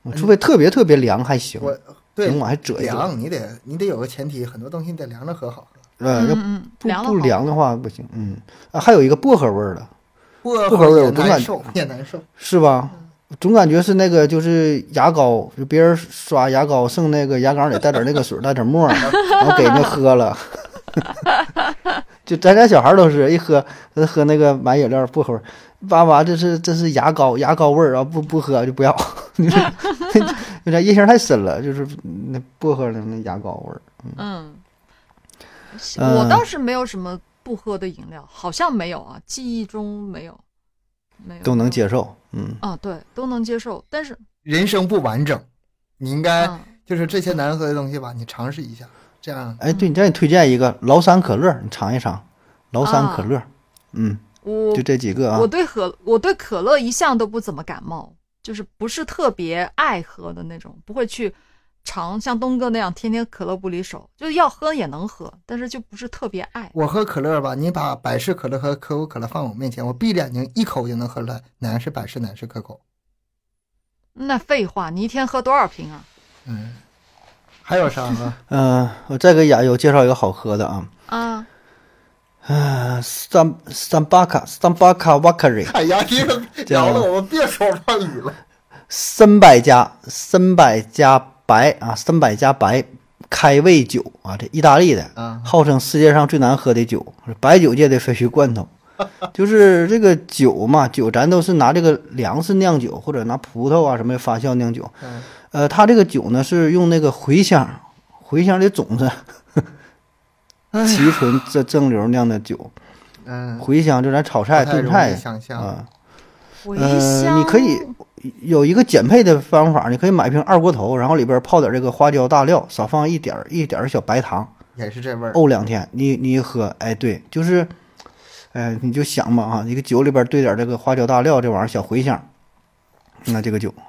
除非特别特别凉还行。 对， 行，我还遮一遮。 凉，你得有个前提，很多东西你得凉着喝好喝。 要不凉的话不行。还有一个薄荷味儿的，薄荷味儿我总感觉也难受， 是吧？总感觉是那个就是牙膏，就别人刷牙膏剩那个牙膏里带点那个水，带点沫，然后给人家喝了。就咱家小孩都是一喝那个买饮料薄荷味儿，爸爸这是牙膏味儿啊，不喝就不要。有点印象太深了，就是那薄荷的那牙膏味儿。 我倒是没有什么不喝的饮料，好像没有啊，记忆中没有， 都能接受。 对，都能接受。但是人生不完整，你应该就是这些难喝的东西吧，你尝试一下，这样。 对，你再推荐一个崂山可乐，你尝一尝崂山可乐。就这几个啊。 我对可乐一向都不怎么感冒，就是不是特别爱喝的那种，不会去尝像东哥那样天天可乐不离手，就要喝也能喝，但是就不是特别爱。 我喝可乐吧，你把百事可乐和可口可乐放我面前，我闭着眼睛一口就能喝出来哪是百事哪是可口。 那废话，你一天喝多少瓶啊？ 还有啥喝？ 我再给亚优介绍一个好喝的啊。三巴卡瓦卡瑞。 哎呀，这个聊的我们别说外语了。 参百加白啊，300加白开胃酒啊，这意大利的，号称世界上最难喝的酒，白酒界的鲱鱼罐头。就是这个酒嘛，酒咱都是拿这个粮食酿酒，或者拿葡萄啊什么发酵酿酒。它这个酒呢是用那个茴香的种子提纯蒸馏酿的酒。茴香就咱炒菜炖菜啊。你可以有一个减配的方法，你可以买瓶二锅头，然后里边泡点这个花椒大料，少放一点小白糖， 也是这味儿。 沤2天，你一喝，对，就是，你就想吧一个酒里边兑点这个花椒大料，这玩意儿小茴香，那这个酒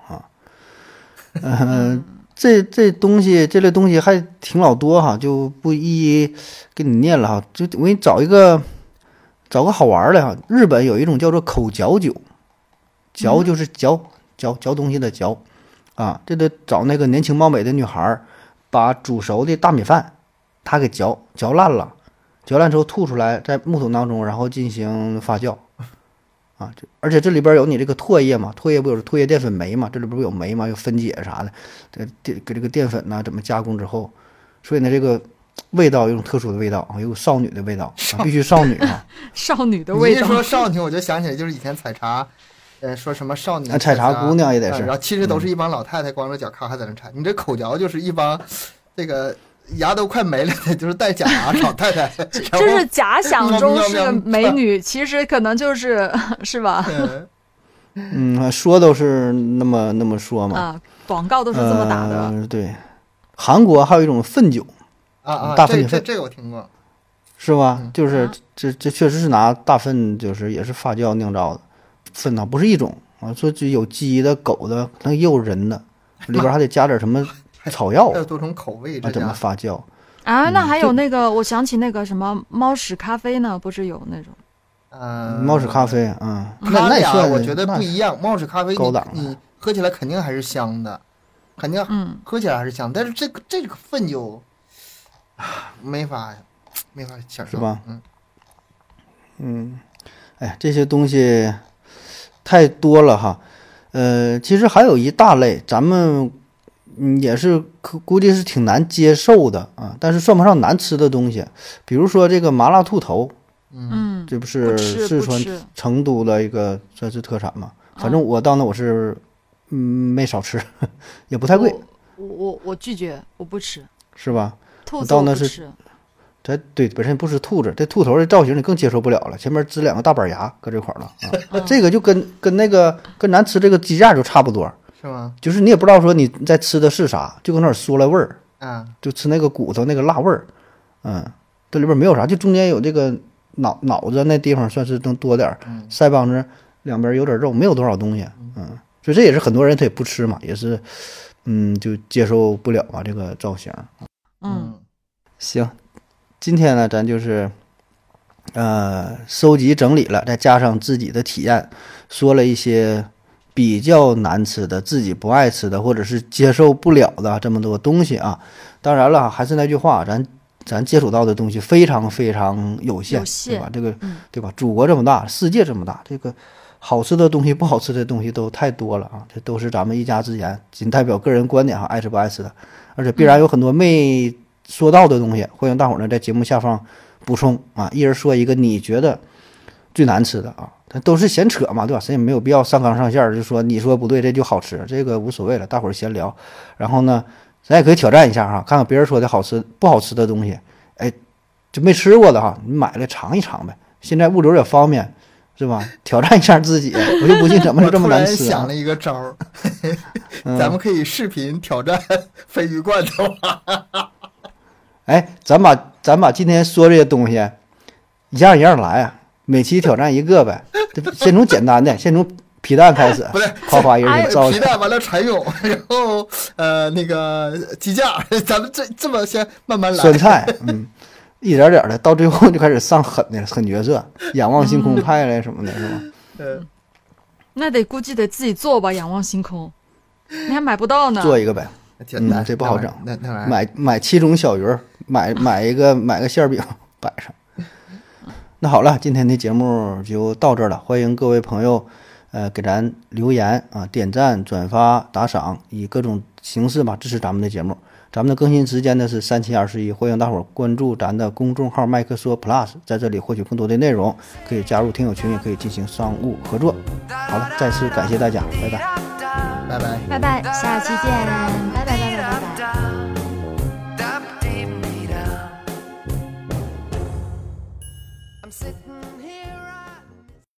这类东西还挺老多就不一一给你念了就我给你找个好玩的日本有一种叫做口嚼酒。嚼就是嚼东西的嚼这得找那个年轻貌美的女孩，把煮熟的大米饭她给嚼烂了，嚼烂之后吐出来，在木桶当中，然后进行发酵而且这里边有你这个唾液嘛，唾液不有唾液淀粉酶嘛，这里边有酶嘛，有分解啥的，给这个淀粉怎么加工之后，所以呢这个味道有一种特殊的味道有少女的味道必须少女少女的味道。 你一说少女，我就想起来就是以前采茶。说什么少女采茶姑娘也得是， 然后其实都是一帮老太太光着脚咔还在那采。你这口嚼就是一帮这个牙都快没了的，就是戴假牙老太太， 就是假想中是个美女，其实可能就是是吧？ 说都是那么说嘛广告都是这么打的。 对，韩国还有一种粪酒大粪粪， 这个我听过， 是吧？就是这确实是拿大粪，就是也是发酵酿造的。粪不是一种说就有鸡的、狗的，可能也有人的，里边还得加点什么草药， 还有多种口味， 怎么发酵那还有那个，我想起那个什么猫屎咖啡呢，不是有那种猫屎咖啡那也算，我觉得不一样。猫屎咖啡你喝起来肯定还是香的，肯定喝起来还是香，但是这个粪就没法享受， 是吧？这些东西太多了其实还有一大类，咱们也是估计是挺难接受的但是算不上难吃的东西，比如说这个麻辣兔头，这不是四川成都的一个算是特产嘛？反正我到那我是没少吃，也不太贵。 我拒绝，我不吃， 是吧？ 兔子我不吃。 对，本身不是兔子，这兔头的造型你更接受不了了，前面支2个大板牙搁这块了这个就跟咱吃这个鸡架就差不多， 是吗？ 就是你也不知道说你在吃的是啥，就搁那儿嗦了味儿就吃那个骨头那个辣味儿这里边没有啥，就中间有这个脑子那地方算是能多点腮帮子两边有点肉，没有多少东西所以这也是很多人他也不吃嘛，也是就接受不了这个造型行。今天呢，咱就是收集整理了，再加上自己的体验，说了一些比较难吃的、自己不爱吃的，或者是接受不了的这么多东西啊。当然了，还是那句话，咱接触到的东西非常非常有限，对吧？这个，对吧？祖国这么大，世界这么大，这个好吃的东西、不好吃的东西都太多了啊！这都是咱们一家之言，仅代表个人观点哈，爱吃不爱吃的，而且必然有很多没说到的东西，欢迎大伙儿呢在节目下方补充啊，一人说一个你觉得最难吃的啊。都是闲扯嘛，对吧？谁也没有必要上纲上线，就说你说不对，这就好吃，这个无所谓了，大伙儿闲聊。然后呢，咱也可以挑战一下哈，看看别人说的好吃不好吃的东西，哎，就没吃过的哈，你买来尝一尝呗。现在物流也方便，是吧？挑战一下自己，我就不信怎么这么难吃。 我突然想了一个招儿，咱们可以视频挑战鲱鱼罐头。 哎，咱把今天说这些东西一样一样来啊。每期挑战一个呗，先从简单的，先从皮蛋开始， 不是， 夸一人造皮蛋完了蚕蛹，然后那个鸡架，咱们这么先慢慢来。 酸菜，一点点的，到最后就开始上狠的狠角色，仰望星空派嘞什么的，是吧？ 那估计得自己做吧，仰望星空，你还买不到呢。 做一个呗，这不好整，买7种小鱼，买个馅饼摆上。那好了，今天的节目就到这儿了。欢迎各位朋友，给咱留言啊、点赞、转发、打赏，以各种形式吧支持咱们的节目。咱们的更新时间呢是3期21，欢迎大伙儿关注咱的公众号麦克说 Plus， 在这里获取更多的内容，可以加入听友群，也可以进行商务合作。好了，再次感谢大家，拜拜， 拜拜， 拜拜，下期见，拜拜。